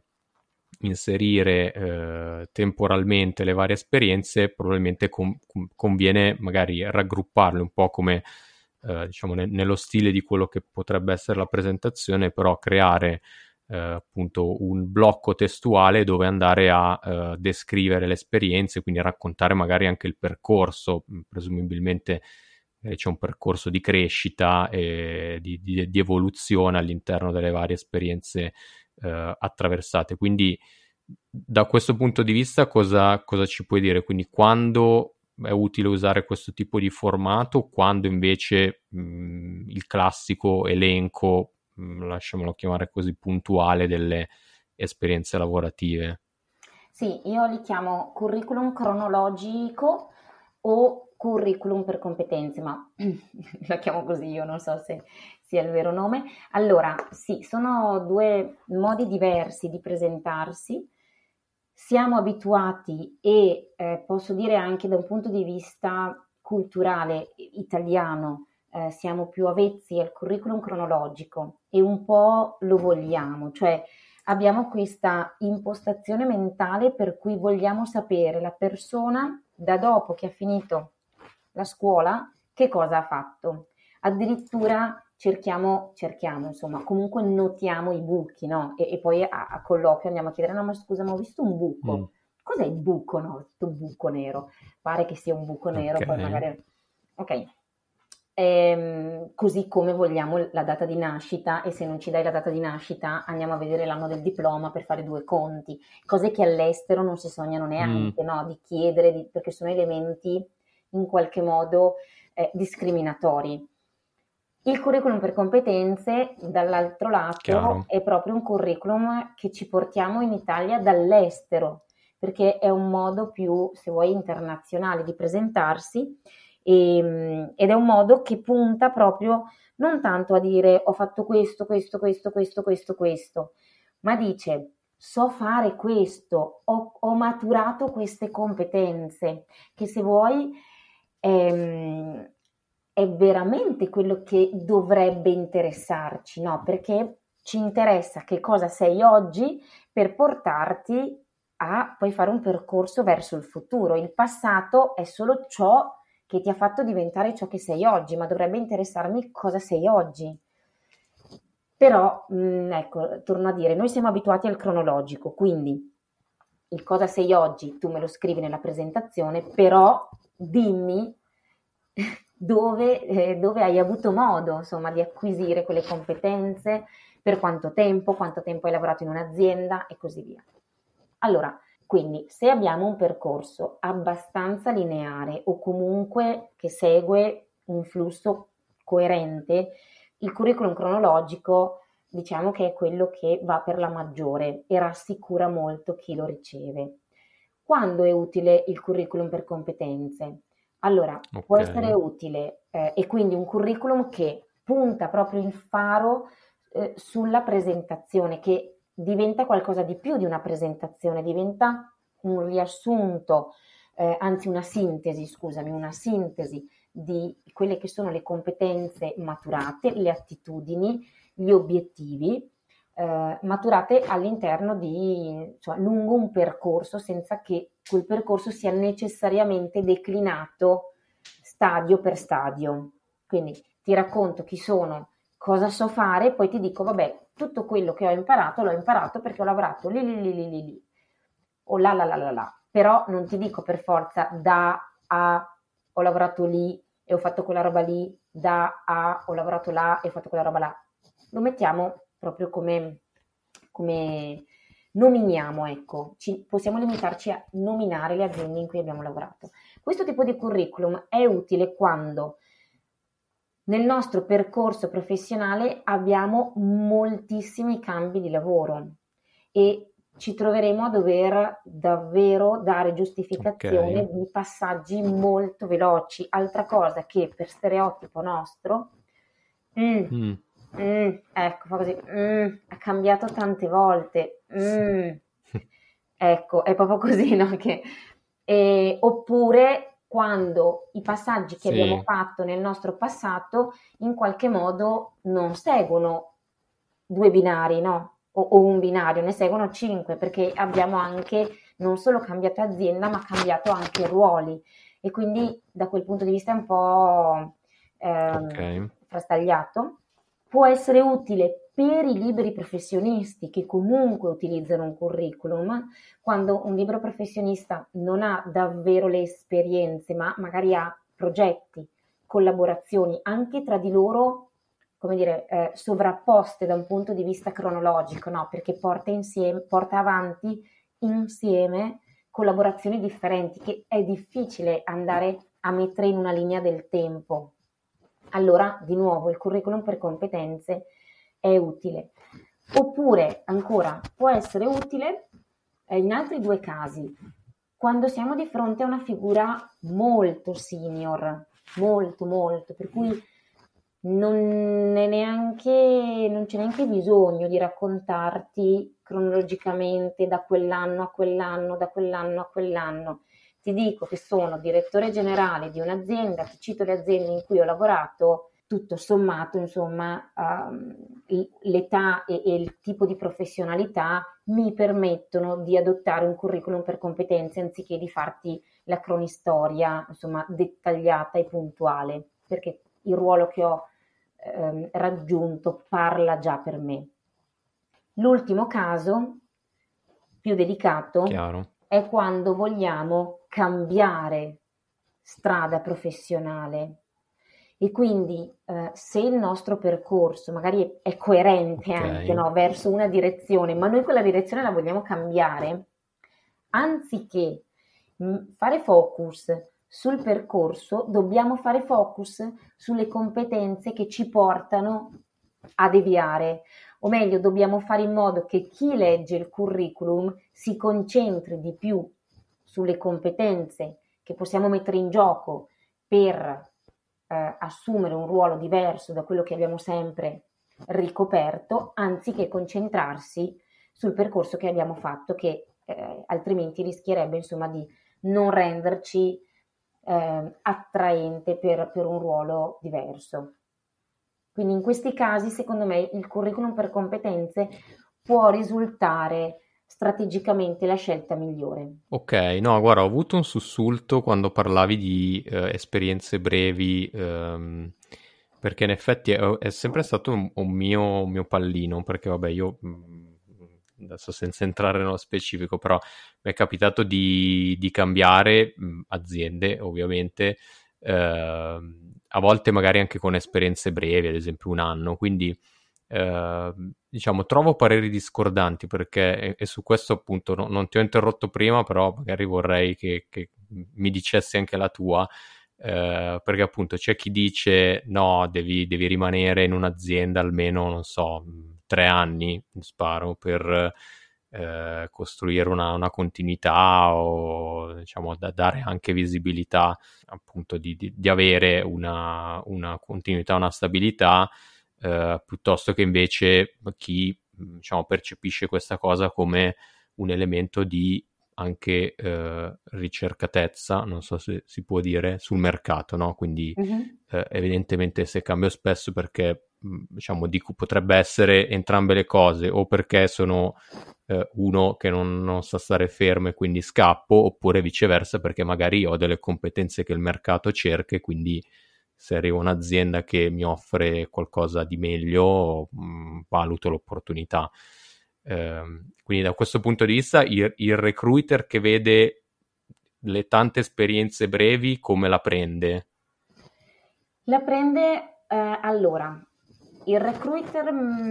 inserire eh, temporalmente le varie esperienze, probabilmente com- com- conviene magari raggrupparle un po' come eh, diciamo ne- nello stile di quello che potrebbe essere la presentazione, però creare eh, appunto un blocco testuale dove andare a eh, descrivere le esperienze, quindi raccontare magari anche il percorso, presumibilmente eh, c'è un percorso di crescita e di, di, di evoluzione all'interno delle varie esperienze eh, attraversate. Quindi da questo punto di vista cosa, cosa ci puoi dire? Quindi quando è utile usare questo tipo di formato, quando invece mh, il classico elenco, mh, lasciamolo chiamare così, puntuale delle esperienze lavorative. Sì, io li chiamo curriculum cronologico o curriculum per competenze, ma la chiamo così, io non so se sia il vero nome. Allora, sì, sono due modi diversi di presentarsi. Siamo abituati e eh, posso dire anche da un punto di vista culturale italiano, eh, siamo più avvezzi al curriculum cronologico e un po' lo vogliamo, cioè abbiamo questa impostazione mentale per cui vogliamo sapere la persona da dopo che ha finito la scuola che cosa ha fatto. Addirittura cerchiamo, cerchiamo, insomma, comunque notiamo i buchi, no? E, e poi a, a colloquio andiamo a chiedere, no, ma scusa, ma ho visto un Mm, buco. Cos'è il buco? No, ho visto un buco nero. Pare che sia un buco nero, poi ok. magari... Ok. Ehm, così come vogliamo la data di nascita e se non ci dai la data di nascita andiamo a vedere l'anno del diploma per fare due conti, cose che all'estero non si sognano Mm, neanche, no? Di chiedere, di- perché sono elementi in qualche modo eh, discriminatori. Il curriculum per competenze, dall'altro lato, chiaro. è proprio un curriculum che ci portiamo in Italia dall'estero, perché è un modo più, se vuoi, internazionale di presentarsi e, ed è un modo che punta proprio non tanto a dire ho fatto questo, questo, questo, questo, questo, questo, ma dice so fare questo, ho, ho maturato queste competenze, che se vuoi ehm, è veramente quello che dovrebbe interessarci, no? Perché ci interessa che cosa sei oggi per portarti a poi fare un percorso verso il futuro. Il passato è solo ciò che ti ha fatto diventare ciò che sei oggi, ma dovrebbe interessarmi cosa sei oggi. Però, mh, ecco, torno a dire, noi siamo abituati al cronologico, quindi il cosa sei oggi tu me lo scrivi nella presentazione, però dimmi dove, eh, dove hai avuto modo, insomma, di acquisire quelle competenze, per quanto tempo, quanto tempo hai lavorato in un'azienda e così via. Allora, quindi se abbiamo un percorso abbastanza lineare o comunque che segue un flusso coerente, il curriculum cronologico diciamo che è quello che va per la maggiore e rassicura molto chi lo riceve. Quando è utile il curriculum per competenze? Allora, Ok. può essere utile eh, e quindi un curriculum che punta proprio il faro eh, sulla presentazione, che diventa qualcosa di più di una presentazione, diventa un riassunto, eh, anzi una sintesi, scusami, una sintesi di quelle che sono le competenze maturate, le attitudini, gli obiettivi eh, maturate all'interno di, cioè, lungo un percorso senza che quel percorso sia necessariamente declinato stadio per stadio. Quindi ti racconto chi sono, cosa so fare, poi ti dico, vabbè, tutto quello che ho imparato l'ho imparato perché ho lavorato lì, lì, lì, lì, lì, lì. O là, là, là, là, là. Però non ti dico per forza da a ho lavorato lì e ho fatto quella roba lì, da a ho lavorato là e ho fatto quella roba là. Lo mettiamo proprio come, come nominiamo, ecco, ci, possiamo limitarci a nominare le aziende in cui abbiamo lavorato. Questo tipo di curriculum è utile quando nel nostro percorso professionale abbiamo moltissimi cambi di lavoro e ci troveremo a dover davvero dare giustificazione Ok. di passaggi molto veloci. Altra cosa che per stereotipo nostro, mm, Mm. mm, ecco, fa così, mm, ha cambiato tante volte, mm, ecco, è proprio così, no? Che, eh, oppure quando i passaggi che abbiamo Sì, fatto nel nostro passato in qualche modo non seguono due binari, no? O, o un binario, ne seguono cinque perché abbiamo anche non solo cambiato azienda ma cambiato anche ruoli e quindi da quel punto di vista è un po' ehm, ok. frastagliato. Può essere utile per i liberi professionisti che comunque utilizzano un curriculum, quando un libero professionista non ha davvero le esperienze, ma magari ha progetti, collaborazioni anche tra di loro, come dire, eh, sovrapposte da un punto di vista cronologico, no? Perché porta, insieme, porta avanti insieme collaborazioni differenti che è difficile andare a mettere in una linea del tempo. Allora, di nuovo, il curriculum per competenze è utile. Oppure, ancora, può essere utile eh, in altri due casi, quando siamo di fronte a una figura molto senior, molto, molto, per cui non, è neanche, non c'è neanche bisogno di raccontarti cronologicamente da quell'anno a quell'anno, da quell'anno a quell'anno. Ti dico che sono direttore generale di un'azienda, ti cito le aziende in cui ho lavorato, tutto sommato, insomma, um, l'età e, e il tipo di professionalità mi permettono di adottare un curriculum per competenze anziché di farti la cronistoria, insomma, dettagliata e puntuale, perché il ruolo che ho ehm, raggiunto parla già per me. L'ultimo caso, più delicato, Chiaro. è quando vogliamo cambiare strada professionale e quindi eh, se il nostro percorso magari è coerente Ok. anche, no, verso una direzione, ma noi quella direzione la vogliamo cambiare, anziché mh, fare focus sul percorso, dobbiamo fare focus sulle competenze che ci portano a deviare, o meglio, dobbiamo fare in modo che chi legge il curriculum si concentri di più sulle competenze che possiamo mettere in gioco per eh, assumere un ruolo diverso da quello che abbiamo sempre ricoperto, anziché concentrarsi sul percorso che abbiamo fatto, che eh, altrimenti rischierebbe insomma di non renderci eh, attraente per, per un ruolo diverso. Quindi in questi casi, secondo me, il curriculum per competenze può risultare strategicamente la scelta migliore. Ok, no, guarda, ho avuto un sussulto quando parlavi di eh, esperienze brevi, ehm, perché in effetti è, è sempre stato un, un mio, un mio pallino, perché vabbè, io mh, adesso senza entrare nello specifico, però mi è capitato di, di cambiare mh, aziende, ovviamente, ehm, a volte magari anche con esperienze brevi, ad esempio un anno, quindi eh, diciamo trovo pareri discordanti perché, e, e su questo appunto no, non ti ho interrotto prima, però magari vorrei che, che mi dicessi anche la tua, eh, perché appunto c'è chi dice no, devi, devi rimanere in un'azienda almeno, non so, tre anni, sparo, per eh, costruire una, una continuità o diciamo da dare anche visibilità appunto di, di, di avere una, una continuità, una stabilità, eh, piuttosto che invece chi diciamo percepisce questa cosa come un elemento di anche eh, ricercatezza, non so se si può dire, sul mercato, no? Quindi Mm-hmm. eh, evidentemente se cambio spesso perché diciamo dico potrebbe essere entrambe le cose, o perché sono eh, uno che non, non sa stare fermo e quindi scappo, oppure viceversa perché magari ho delle competenze che il mercato cerca e quindi se arriva un'azienda che mi offre qualcosa di meglio mh, valuto l'opportunità. Eh, quindi da questo punto di vista il, il recruiter che vede le tante esperienze brevi come la prende? La prende eh, allora, il recruiter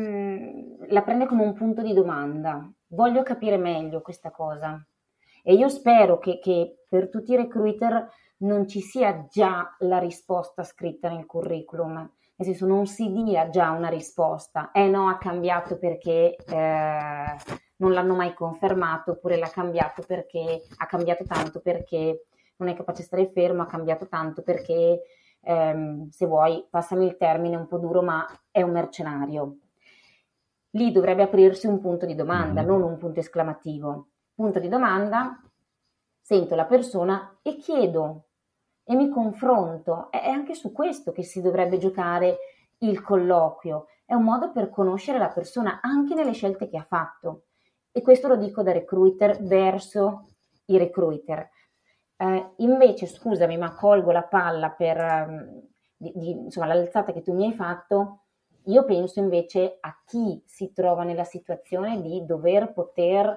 mh, la prende come un punto di domanda. Voglio capire meglio questa cosa e io spero che, che per tutti i recruiter non ci sia già la risposta scritta nel curriculum, nel senso non si dia già una risposta, eh no, ha cambiato perché eh, non l'hanno mai confermato, oppure l'ha cambiato perché ha cambiato tanto perché non è capace di stare fermo, ha cambiato tanto perché ehm, se vuoi, passami il termine un po' duro, ma è un mercenario. Lì dovrebbe aprirsi un punto di domanda, mm-hmm. non un punto esclamativo. Punto di domanda, sento la persona e chiedo e mi confronto. È anche su questo che si dovrebbe giocare il colloquio. È un modo per conoscere la persona anche nelle scelte che ha fatto. E questo lo dico da recruiter verso i recruiter. Eh, invece, scusami, ma colgo la palla per um, di, di, insomma, l'alzata che tu mi hai fatto. Io penso invece a chi si trova nella situazione di dover poter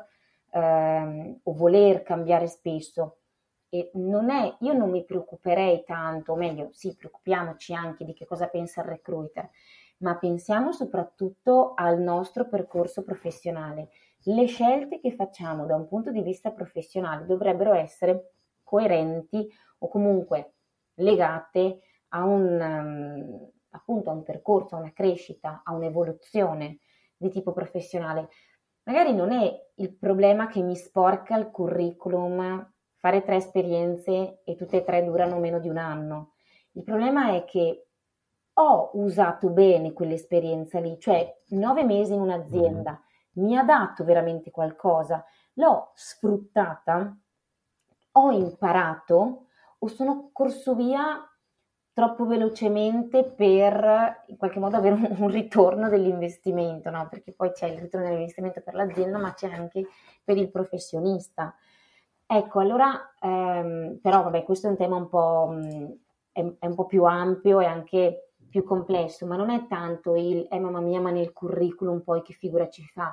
ehm, o voler cambiare spesso. E non è, io non mi preoccuperei tanto, o meglio, sì, preoccupiamoci anche di che cosa pensa il recruiter, ma pensiamo soprattutto al nostro percorso professionale. Le scelte che facciamo da un punto di vista professionale dovrebbero essere coerenti o comunque legate a un, um, appunto a un percorso, a una crescita, a un'evoluzione di tipo professionale. Magari non è il problema che mi sporca il curriculum fare tre esperienze e tutte e tre durano meno di un anno. Il problema è che ho usato bene quell'esperienza lì, cioè nove mesi in un'azienda, mi ha dato veramente qualcosa, l'ho sfruttata, ho imparato o sono corso via troppo velocemente per in qualche modo avere un, un ritorno dell'investimento, no? Perché poi c'è il ritorno dell'investimento per l'azienda, ma c'è anche per il professionista. Ecco, allora, ehm, però vabbè, questo è un tema un po', mh, è, è un po' più ampio e anche più complesso, ma non è tanto il, eh mamma mia, ma nel curriculum poi che figura ci fa.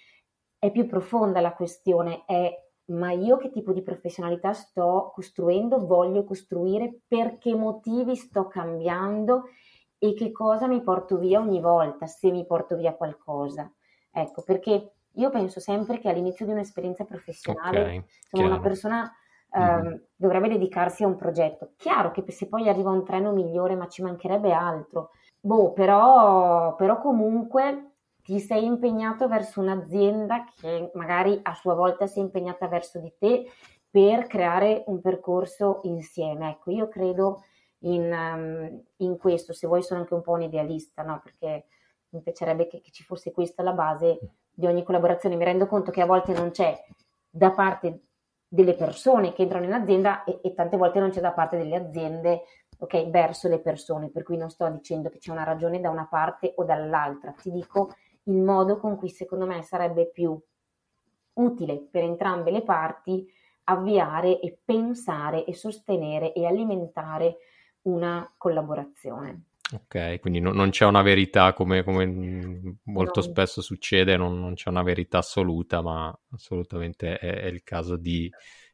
È più profonda la questione, è ma io che tipo di professionalità sto costruendo, voglio costruire, per che motivi sto cambiando e che cosa mi porto via ogni volta, se mi porto via qualcosa. Ecco, perché io penso sempre che all'inizio di un'esperienza professionale okay, insomma, una persona mm-hmm. eh, dovrebbe dedicarsi a un progetto. Chiaro che se poi arriva un treno migliore, ma ci mancherebbe altro. Boh, però, però comunque ti sei impegnato verso un'azienda che magari a sua volta si è impegnata verso di te per creare un percorso insieme. Ecco, io credo in, um, in questo, se vuoi sono anche un po' un idealista, no? Perché mi piacerebbe che, che ci fosse questa la base di ogni collaborazione. Mi rendo conto che a volte non c'è da parte delle persone che entrano in azienda e, e tante volte non c'è da parte delle aziende, ok, verso le persone, per cui non sto dicendo che c'è una ragione da una parte o dall'altra, ti dico il modo con cui secondo me sarebbe più utile per entrambe le parti avviare e pensare e sostenere e alimentare una collaborazione. Ok, quindi no, non c'è una verità come, come molto no. spesso succede, non, non c'è una verità assoluta, ma assolutamente è, è il caso di,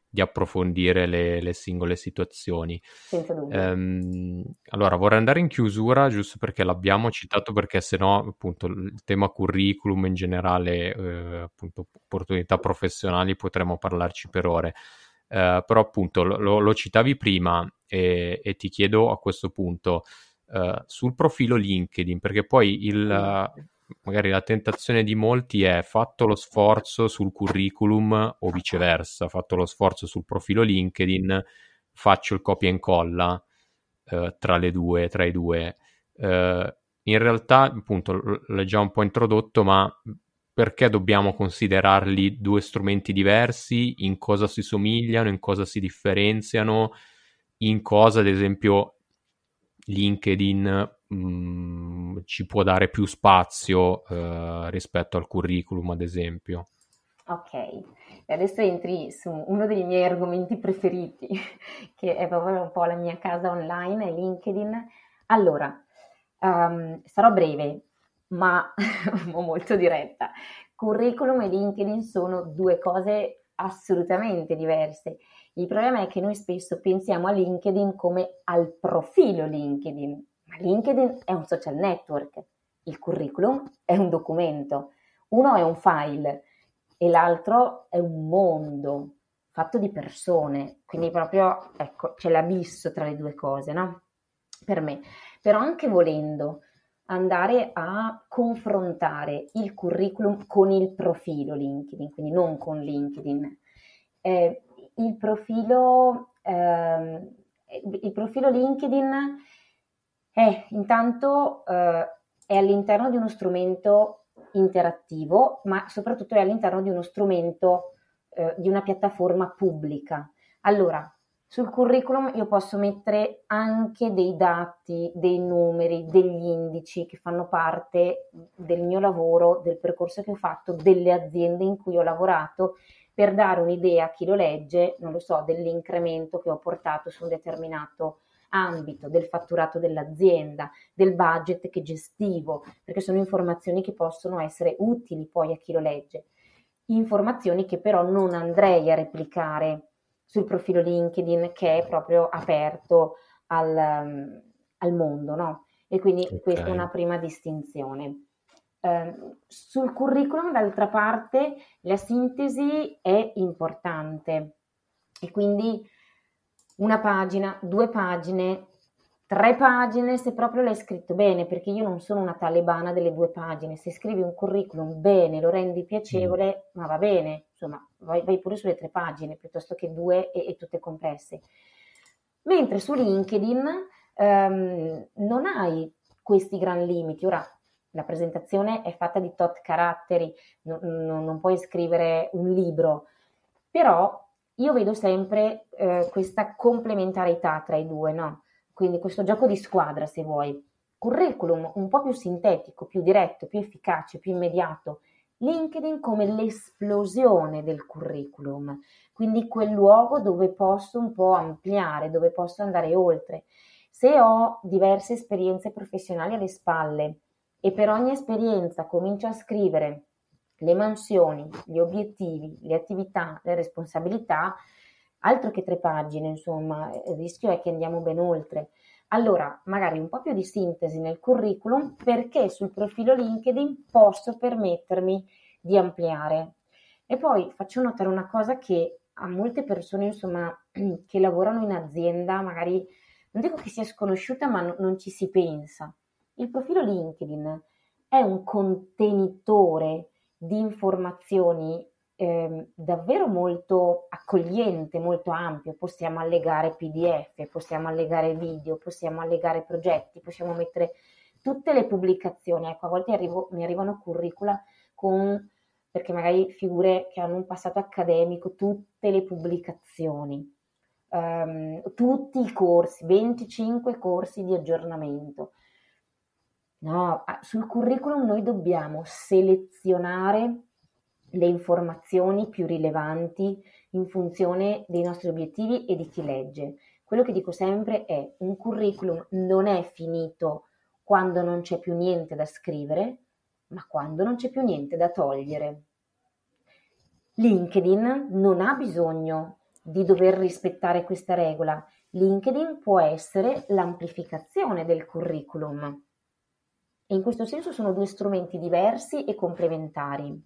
di approfondire le, le singole situazioni. Senza dubbio. Ehm, allora, vorrei andare in chiusura, giusto perché l'abbiamo citato, perché sennò appunto il tema curriculum in generale, eh, appunto opportunità professionali, potremmo parlarci per ore. Eh, però appunto lo, lo citavi prima e, e ti chiedo a questo punto, eh, sul profilo LinkedIn, perché poi il... Sì. magari la tentazione di molti è fatto lo sforzo sul curriculum o viceversa, fatto lo sforzo sul profilo LinkedIn, faccio il copia e incolla eh, tra le due, tra i due. Eh, in realtà, appunto, l- l'ho già un po' introdotto, ma perché dobbiamo considerarli due strumenti diversi? In cosa si somigliano? In cosa si differenziano? In cosa, ad esempio, LinkedIn mh, ci può dare più spazio eh, rispetto al curriculum, ad esempio. Ok, e adesso entri su uno dei miei argomenti preferiti, che è proprio un po' la mia casa online, è LinkedIn. Allora, ehm, sarò breve, ma molto diretta. Curriculum e LinkedIn sono due cose assolutamente diverse. Il problema è che noi spesso pensiamo a LinkedIn come al profilo LinkedIn, ma LinkedIn è un social network, il curriculum è un documento, uno è un file e l'altro è un mondo fatto di persone, quindi proprio, ecco, c'è l'abisso tra le due cose, no? Per me. Però anche volendo andare a confrontare il curriculum con il profilo LinkedIn, quindi non con LinkedIn. Eh, il profilo, ehm, il profilo LinkedIn è intanto eh, è all'interno di uno strumento interattivo, ma soprattutto è all'interno di uno strumento, eh, di una piattaforma pubblica. Allora, sul curriculum io posso mettere anche dei dati, dei numeri, degli indici che fanno parte del mio lavoro, del percorso che ho fatto, delle aziende in cui ho lavorato, per dare un'idea a chi lo legge, non lo so, dell'incremento che ho portato su un determinato ambito, del fatturato dell'azienda, del budget che gestivo, perché sono informazioni che possono essere utili poi a chi lo legge. Informazioni che però non andrei a replicare sul profilo LinkedIn, che è proprio aperto al, um, al mondo, no? E quindi questa è Ok. una prima distinzione. Eh, sul curriculum, d'altra parte, la sintesi è importante e quindi una pagina, due pagine, tre pagine se proprio l'hai scritto bene, perché io non sono una talebana delle due pagine. Se scrivi un curriculum bene, lo rendi Mm. piacevole, ma va bene, insomma, vai, vai pure sulle tre pagine piuttosto che due e, e tutte compresse. Mentre su LinkedIn ehm, non hai questi gran limiti. Ora, la presentazione è fatta di tot caratteri, no, no, non puoi scrivere un libro, però io vedo sempre eh, questa complementarietà tra i due, no? Quindi questo gioco di squadra, se vuoi. Curriculum un po' più sintetico, più diretto, più efficace, più immediato. LinkedIn come l'esplosione del curriculum, quindi quel luogo dove posso un po' ampliare, dove posso andare oltre. Se ho diverse esperienze professionali alle spalle e per ogni esperienza comincio a scrivere le mansioni, gli obiettivi, le attività, le responsabilità, altro che tre pagine, insomma, il rischio è che andiamo ben oltre. Allora, magari un po' più di sintesi nel curriculum, perché sul profilo LinkedIn posso permettermi di ampliare. E poi faccio notare una cosa che a molte persone, insomma, che lavorano in azienda, magari non dico che sia sconosciuta, ma no- non ci si pensa. Il profilo LinkedIn è un contenitore di informazioni ehm, davvero molto accogliente, molto ampio. Possiamo allegare P D F, possiamo allegare video, possiamo allegare progetti, possiamo mettere tutte le pubblicazioni. Ecco, a volte arrivo, mi arrivano curricula con, perché magari figure che hanno un passato accademico, tutte le pubblicazioni, ehm, tutti i corsi, venticinque corsi di aggiornamento. No, ah, sul curriculum noi dobbiamo selezionare le informazioni più rilevanti in funzione dei nostri obiettivi e di chi legge. Quello che dico sempre è un curriculum non è finito quando non c'è più niente da scrivere, ma quando non c'è più niente da togliere. LinkedIn non ha bisogno di dover rispettare questa regola. LinkedIn può essere l'amplificazione del curriculum. E in questo senso sono due strumenti diversi e complementari.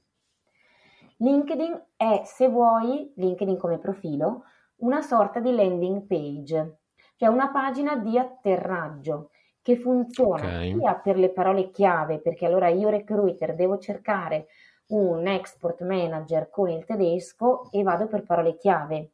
LinkedIn è, se vuoi, LinkedIn come profilo, una sorta di landing page, cioè una pagina di atterraggio che funziona Ok. sia per le parole chiave, perché allora io recruiter devo cercare un export manager con il tedesco e vado per parole chiave,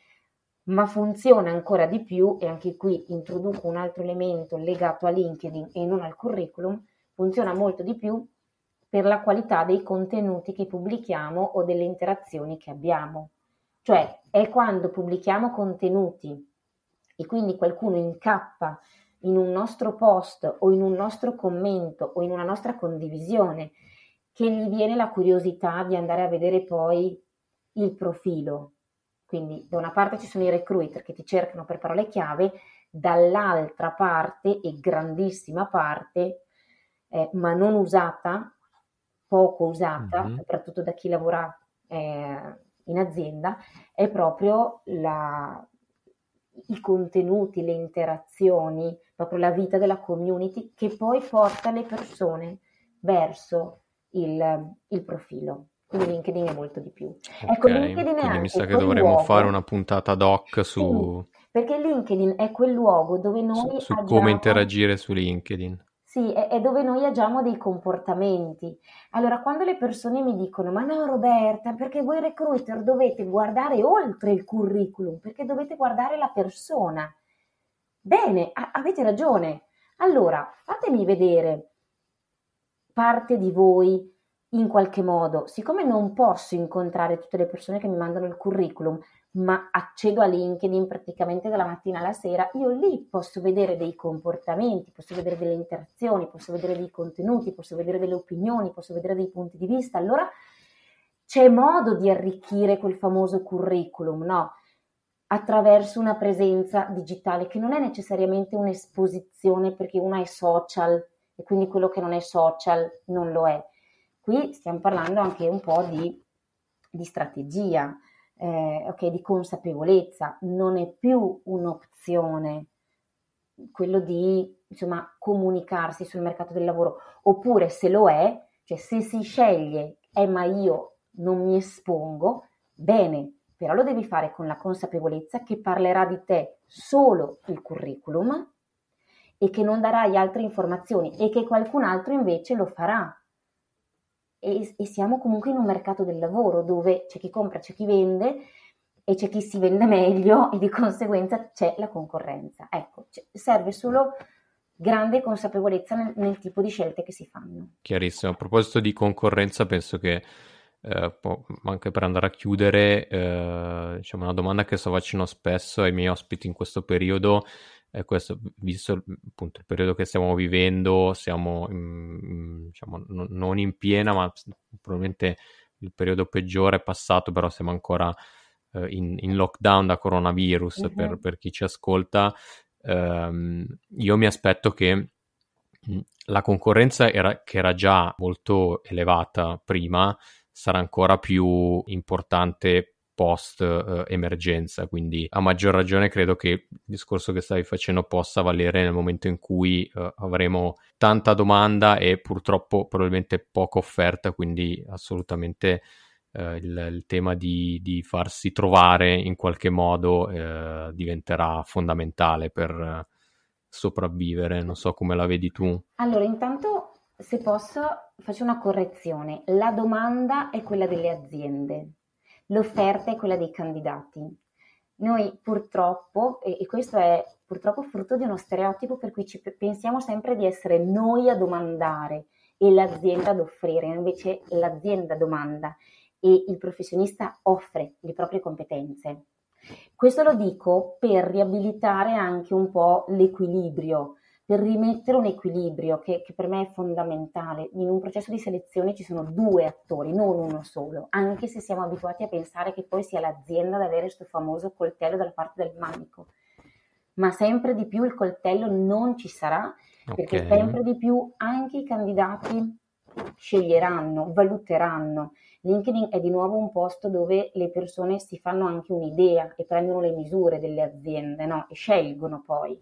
ma funziona ancora di più, e anche qui introduco un altro elemento legato a LinkedIn e non al curriculum, funziona molto di più per la qualità dei contenuti che pubblichiamo o delle interazioni che abbiamo. Cioè è quando pubblichiamo contenuti e quindi qualcuno incappa in un nostro post o in un nostro commento o in una nostra condivisione che gli viene la curiosità di andare a vedere poi il profilo. Quindi da una parte ci sono i recruiter che ti cercano per parole chiave, dall'altra parte, e grandissima parte, eh, ma non usata, poco usata, Mhm. soprattutto da chi lavora eh, in azienda, è proprio la, i contenuti, le interazioni, proprio la vita della community che poi porta le persone verso il, il profilo. Quindi LinkedIn è molto di più. Ecco, Ok, LinkedIn è quindi mi anche sa che quel dovremmo fare luogo, una puntata doc sì, su, perché LinkedIn è quel luogo dove su, noi su come agiamo. interagire su LinkedIn. Sì, è, è dove noi agiamo dei comportamenti. Allora, quando le persone mi dicono, ma no Roberta, perché voi recruiter dovete guardare oltre il curriculum, perché dovete guardare la persona. Bene, a- avete ragione. Allora, fatemi vedere parte di voi in qualche modo. Siccome non posso incontrare tutte le persone che mi mandano il curriculum, ma accedo a LinkedIn praticamente dalla mattina alla sera, io lì posso vedere dei comportamenti, posso vedere delle interazioni, posso vedere dei contenuti, posso vedere delle opinioni, posso vedere dei punti di vista. Allora c'è modo di arricchire quel famoso curriculum, no? Attraverso una presenza digitale che non è necessariamente un'esposizione, perché una è social e quindi quello che non è social non lo è. Qui stiamo parlando anche un po' di, di strategia, eh, okay, di consapevolezza. Non è più un'opzione quello di, insomma, comunicarsi sul mercato del lavoro, oppure se lo è, cioè se si sceglie, eh, ma io non mi espongo, bene, però lo devi fare con la consapevolezza che parlerà di te solo il curriculum e che non darai altre informazioni e che qualcun altro invece lo farà. E, e siamo comunque in un mercato del lavoro dove c'è chi compra, c'è chi vende e c'è chi si vende meglio e di conseguenza c'è la concorrenza. Ecco, serve solo grande consapevolezza nel, nel tipo di scelte che si fanno. Chiarissimo. A proposito di concorrenza, penso che eh, po- anche per andare a chiudere, eh, diciamo una domanda che sto facendo spesso ai miei ospiti in questo periodo è questo, visto appunto il periodo che stiamo vivendo, siamo in- in- diciamo, non non in piena, ma probabilmente il periodo peggiore è passato, però siamo ancora eh, in, in lockdown da coronavirus per, Mhm. per chi ci ascolta. Ehm, io mi aspetto che mh, la concorrenza era, che era già molto elevata prima, sarà ancora più importante post eh, emergenza, quindi a maggior ragione credo che il discorso che stavi facendo possa valere nel momento in cui eh, avremo tanta domanda e purtroppo probabilmente poca offerta, quindi assolutamente eh, il, il tema di, di farsi trovare in qualche modo eh, diventerà fondamentale per eh, sopravvivere. Non so come la vedi tu. Allora, intanto, se posso, faccio una correzione. La domanda è quella delle aziende, l'offerta è quella dei candidati. Noi purtroppo, e, e questo è purtroppo frutto di uno stereotipo per cui ci pe- pensiamo sempre di essere noi a domandare e l'azienda ad offrire, invece l'azienda domanda e il professionista offre le proprie competenze. Questo lo dico per riabilitare anche un po' l'equilibrio, per rimettere un equilibrio che, che per me è fondamentale. In un processo di selezione ci sono due attori, non uno solo, anche se siamo abituati a pensare che poi sia l'azienda ad avere questo famoso coltello dalla parte del manico. Ma sempre di più il coltello non ci sarà, Ok, perché sempre di più anche i candidati sceglieranno, valuteranno LinkedIn è di nuovo un posto dove le persone si fanno anche un'idea e prendono le misure delle aziende, no? E scelgono poi.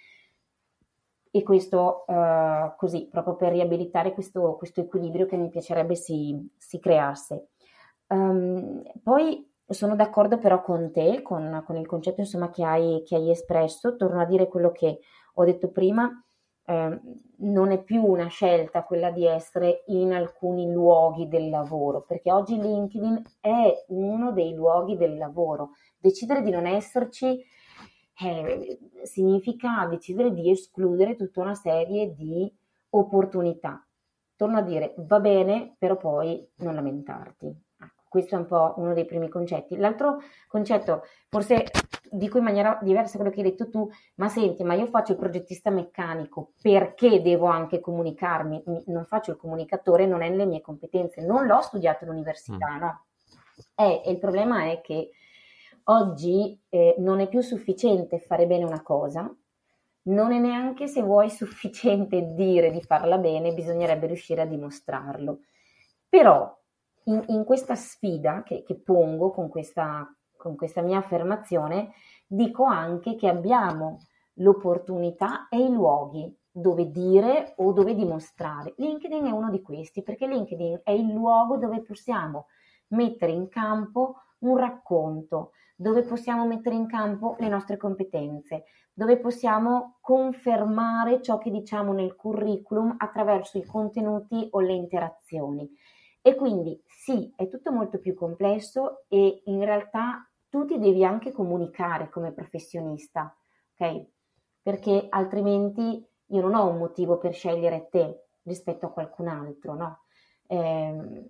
E questo eh, così, proprio per riabilitare questo, questo equilibrio che mi piacerebbe si, si creasse. Um, poi sono d'accordo però con te, con, con il concetto insomma che hai, che hai espresso, torno a dire quello che ho detto prima, eh, non è più una scelta quella di essere in alcuni luoghi del lavoro, perché oggi LinkedIn è uno dei luoghi del lavoro. Decidere di non esserci eh, significa decidere di escludere tutta una serie di opportunità. Torno a dire, va bene, però poi non lamentarti. Ecco, questo è un po' uno dei primi concetti. L'altro concetto, forse dico in maniera diversa quello che hai detto tu, ma senti, ma io faccio il progettista meccanico, perché devo anche comunicarmi? Non faccio il comunicatore, non è nelle mie competenze, non l'ho studiato all'università, mm. no? Eh, e il problema è che oggi eh, non è più sufficiente fare bene una cosa, non è neanche, se vuoi, sufficiente dire di farla bene, bisognerebbe riuscire a dimostrarlo. Però in, in questa sfida che, che pongo con questa, con questa mia affermazione, dico anche che abbiamo l'opportunità e i luoghi dove dire o dove dimostrare. LinkedIn è uno di questi, perché LinkedIn è il luogo dove possiamo mettere in campo un racconto, dove possiamo mettere in campo le nostre competenze, dove possiamo confermare ciò che diciamo nel curriculum attraverso i contenuti o le interazioni. E quindi sì, è tutto molto più complesso e in realtà tu ti devi anche comunicare come professionista, ok? Perché altrimenti io non ho un motivo per scegliere te rispetto a qualcun altro, no? Eh,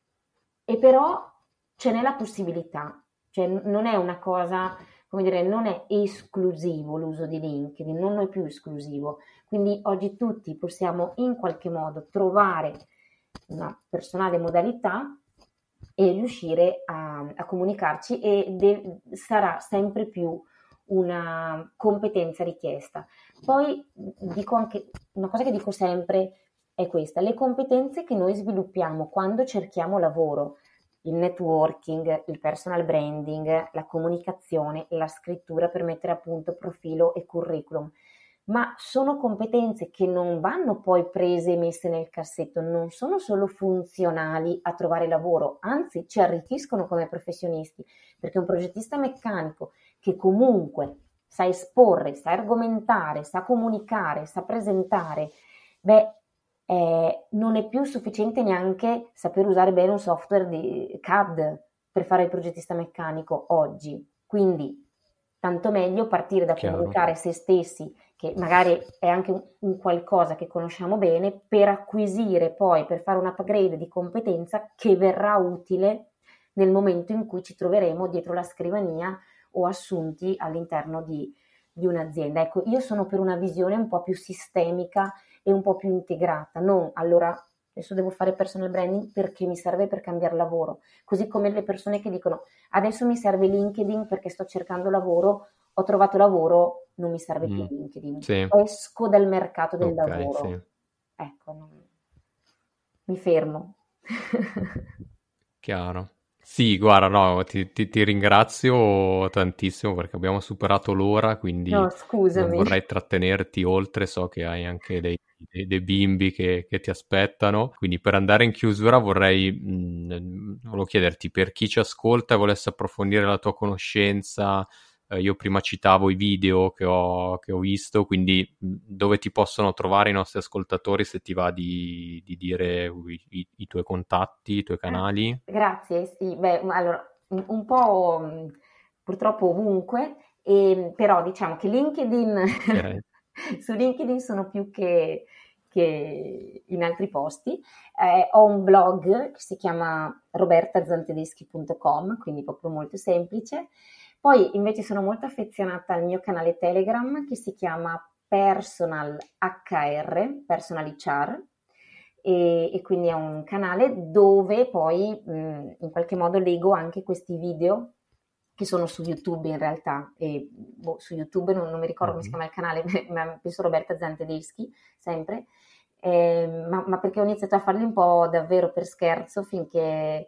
e però ce n'è la possibilità, cioè non è una cosa, come dire, non è esclusivo l'uso di LinkedIn, non è più esclusivo. Quindi oggi tutti possiamo in qualche modo trovare una personale modalità e riuscire a, a comunicarci e de- sarà sempre più una competenza richiesta. Poi dico anche, una cosa che dico sempre è questa, le competenze che noi sviluppiamo quando cerchiamo lavoro, il networking, il personal branding, la comunicazione, la scrittura per mettere a punto profilo e curriculum, ma sono competenze che non vanno poi prese e messe nel cassetto, non sono solo funzionali a trovare lavoro, anzi ci arricchiscono come professionisti, perché un progettista meccanico che comunque sa esporre, sa argomentare, sa comunicare, sa presentare, beh, eh, non è più sufficiente neanche saper usare bene un software di C A D per fare il progettista meccanico oggi, quindi tanto meglio partire da Chiaro. comunicare se stessi, che magari è anche un, un qualcosa che conosciamo bene, per acquisire poi, per fare un upgrade di competenza che verrà utile nel momento in cui ci troveremo dietro la scrivania o assunti all'interno di, di un'azienda. Ecco, io sono per una visione un po' più sistemica e un po' più integrata, non allora adesso devo fare personal branding perché mi serve per cambiare lavoro, così come le persone che dicono adesso mi serve LinkedIn perché sto cercando lavoro, ho trovato lavoro, non mi serve più Mm, LinkedIn, sì. esco dal mercato del Ok, lavoro. sì. Ecco, non... mi fermo. Chiaro. Sì, guarda, no, ti, ti- ti ringrazio tantissimo perché abbiamo superato l'ora, quindi No, non scusami. vorrei trattenerti oltre, so che hai anche dei, dei- dei bimbi che, che ti aspettano, quindi per andare in chiusura vorrei mh, volevo chiederti per chi ci ascolta e volesse approfondire la tua conoscenza, eh, io prima citavo i video che ho, che ho visto, quindi mh, dove ti possono trovare i nostri ascoltatori se ti va di, di dire i, i- i tuoi contatti, i tuoi canali? Ah, grazie, sì, beh, ma allora, un, un po' mh, purtroppo ovunque, e, però diciamo che LinkedIn, Ok. su LinkedIn sono più che, che in altri posti. Eh, ho un blog che si chiama roberta zantedeschi punto com, quindi proprio molto semplice. Poi invece sono molto affezionata al mio canale Telegram che si chiama Personal H R, Personal H R, e, e quindi è un canale dove poi mh, in qualche modo leggo anche questi video che sono su YouTube in realtà, e boh, su YouTube non, non mi ricordo come si Mhm. chiama il canale, ma penso Roberta Zantedeschi, sempre, eh, ma, ma perché ho iniziato a farli un po' davvero per scherzo finché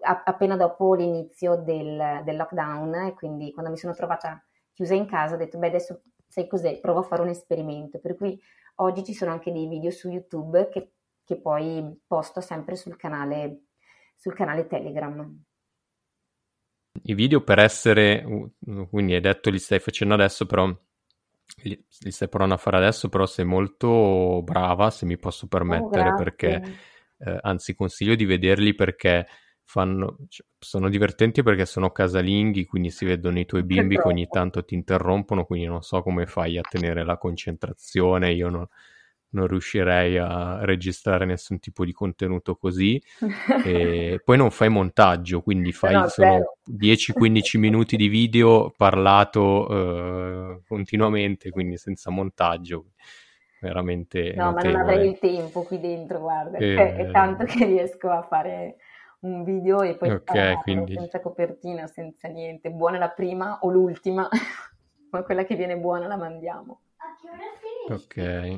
a- appena dopo l'inizio del, del lockdown, e quindi quando mi sono trovata chiusa in casa ho detto, beh, adesso sai cos'è, provo a fare un esperimento, per cui oggi ci sono anche dei video su YouTube che, che poi posto sempre sul canale, sul canale Telegram. I video per essere, uh, quindi hai detto li stai facendo adesso, però li, li stai provando a fare adesso, però sei molto brava, se mi posso permettere, Oh, perché grazie. eh, anzi consiglio di vederli perché fanno, cioè, sono divertenti perché sono casalinghi, quindi si vedono i tuoi bimbi che ogni tanto ti interrompono, quindi non so come fai a tenere la concentrazione, io non, non riuscirei a registrare nessun tipo di contenuto così. E poi non fai montaggio, quindi fai, No, sono dieci quindici minuti di video parlato eh, continuamente, quindi senza montaggio, veramente no, ma non avrei notevole. il tempo qui dentro, guarda, cioè, è Eh, tanto che riesco a fare un video e poi ok, spararlo quindi senza copertina, senza niente. Buona la prima o l'ultima, ma quella che viene buona la mandiamo. A che ora finisci? ok,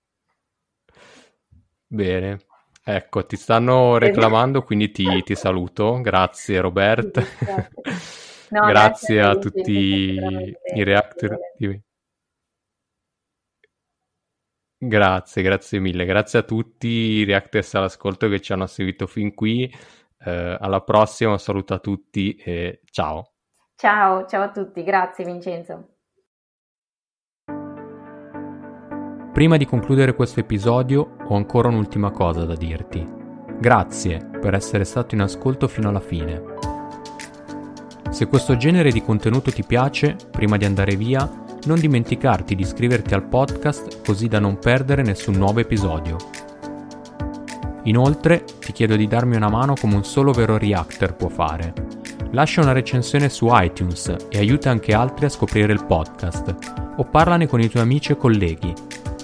bene. Ecco, ti stanno reclamando, quindi ti, ti saluto. Grazie Robert. No, grazie a Grazie te, a Vincenzo, è stato tutti veramente i reactor. piacevole. Grazie, grazie mille. Grazie a tutti i reactors all'ascolto che ci hanno seguito fin qui. Eh, alla prossima, un saluto a tutti e ciao. Ciao, ciao a tutti, grazie Vincenzo. Prima di concludere questo episodio ho ancora un'ultima cosa da dirti. Grazie per essere stato in ascolto fino alla fine. Se questo genere di contenuto ti piace, prima di andare via, non dimenticarti di iscriverti al podcast così da non perdere nessun nuovo episodio. Inoltre, ti chiedo di darmi una mano come un solo vero reactor può fare. Lascia una recensione su iTunes e aiuta anche altri a scoprire il podcast, o parlane con i tuoi amici e colleghi.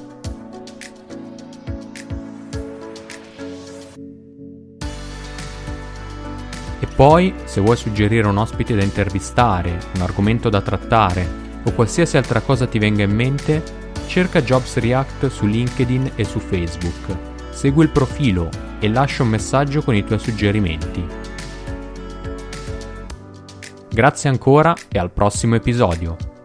E poi, se vuoi suggerire un ospite da intervistare, un argomento da trattare, o qualsiasi altra cosa ti venga in mente, cerca Jobs React su LinkedIn e su Facebook. Segui il profilo e lascia un messaggio con i tuoi suggerimenti. Grazie ancora e al prossimo episodio.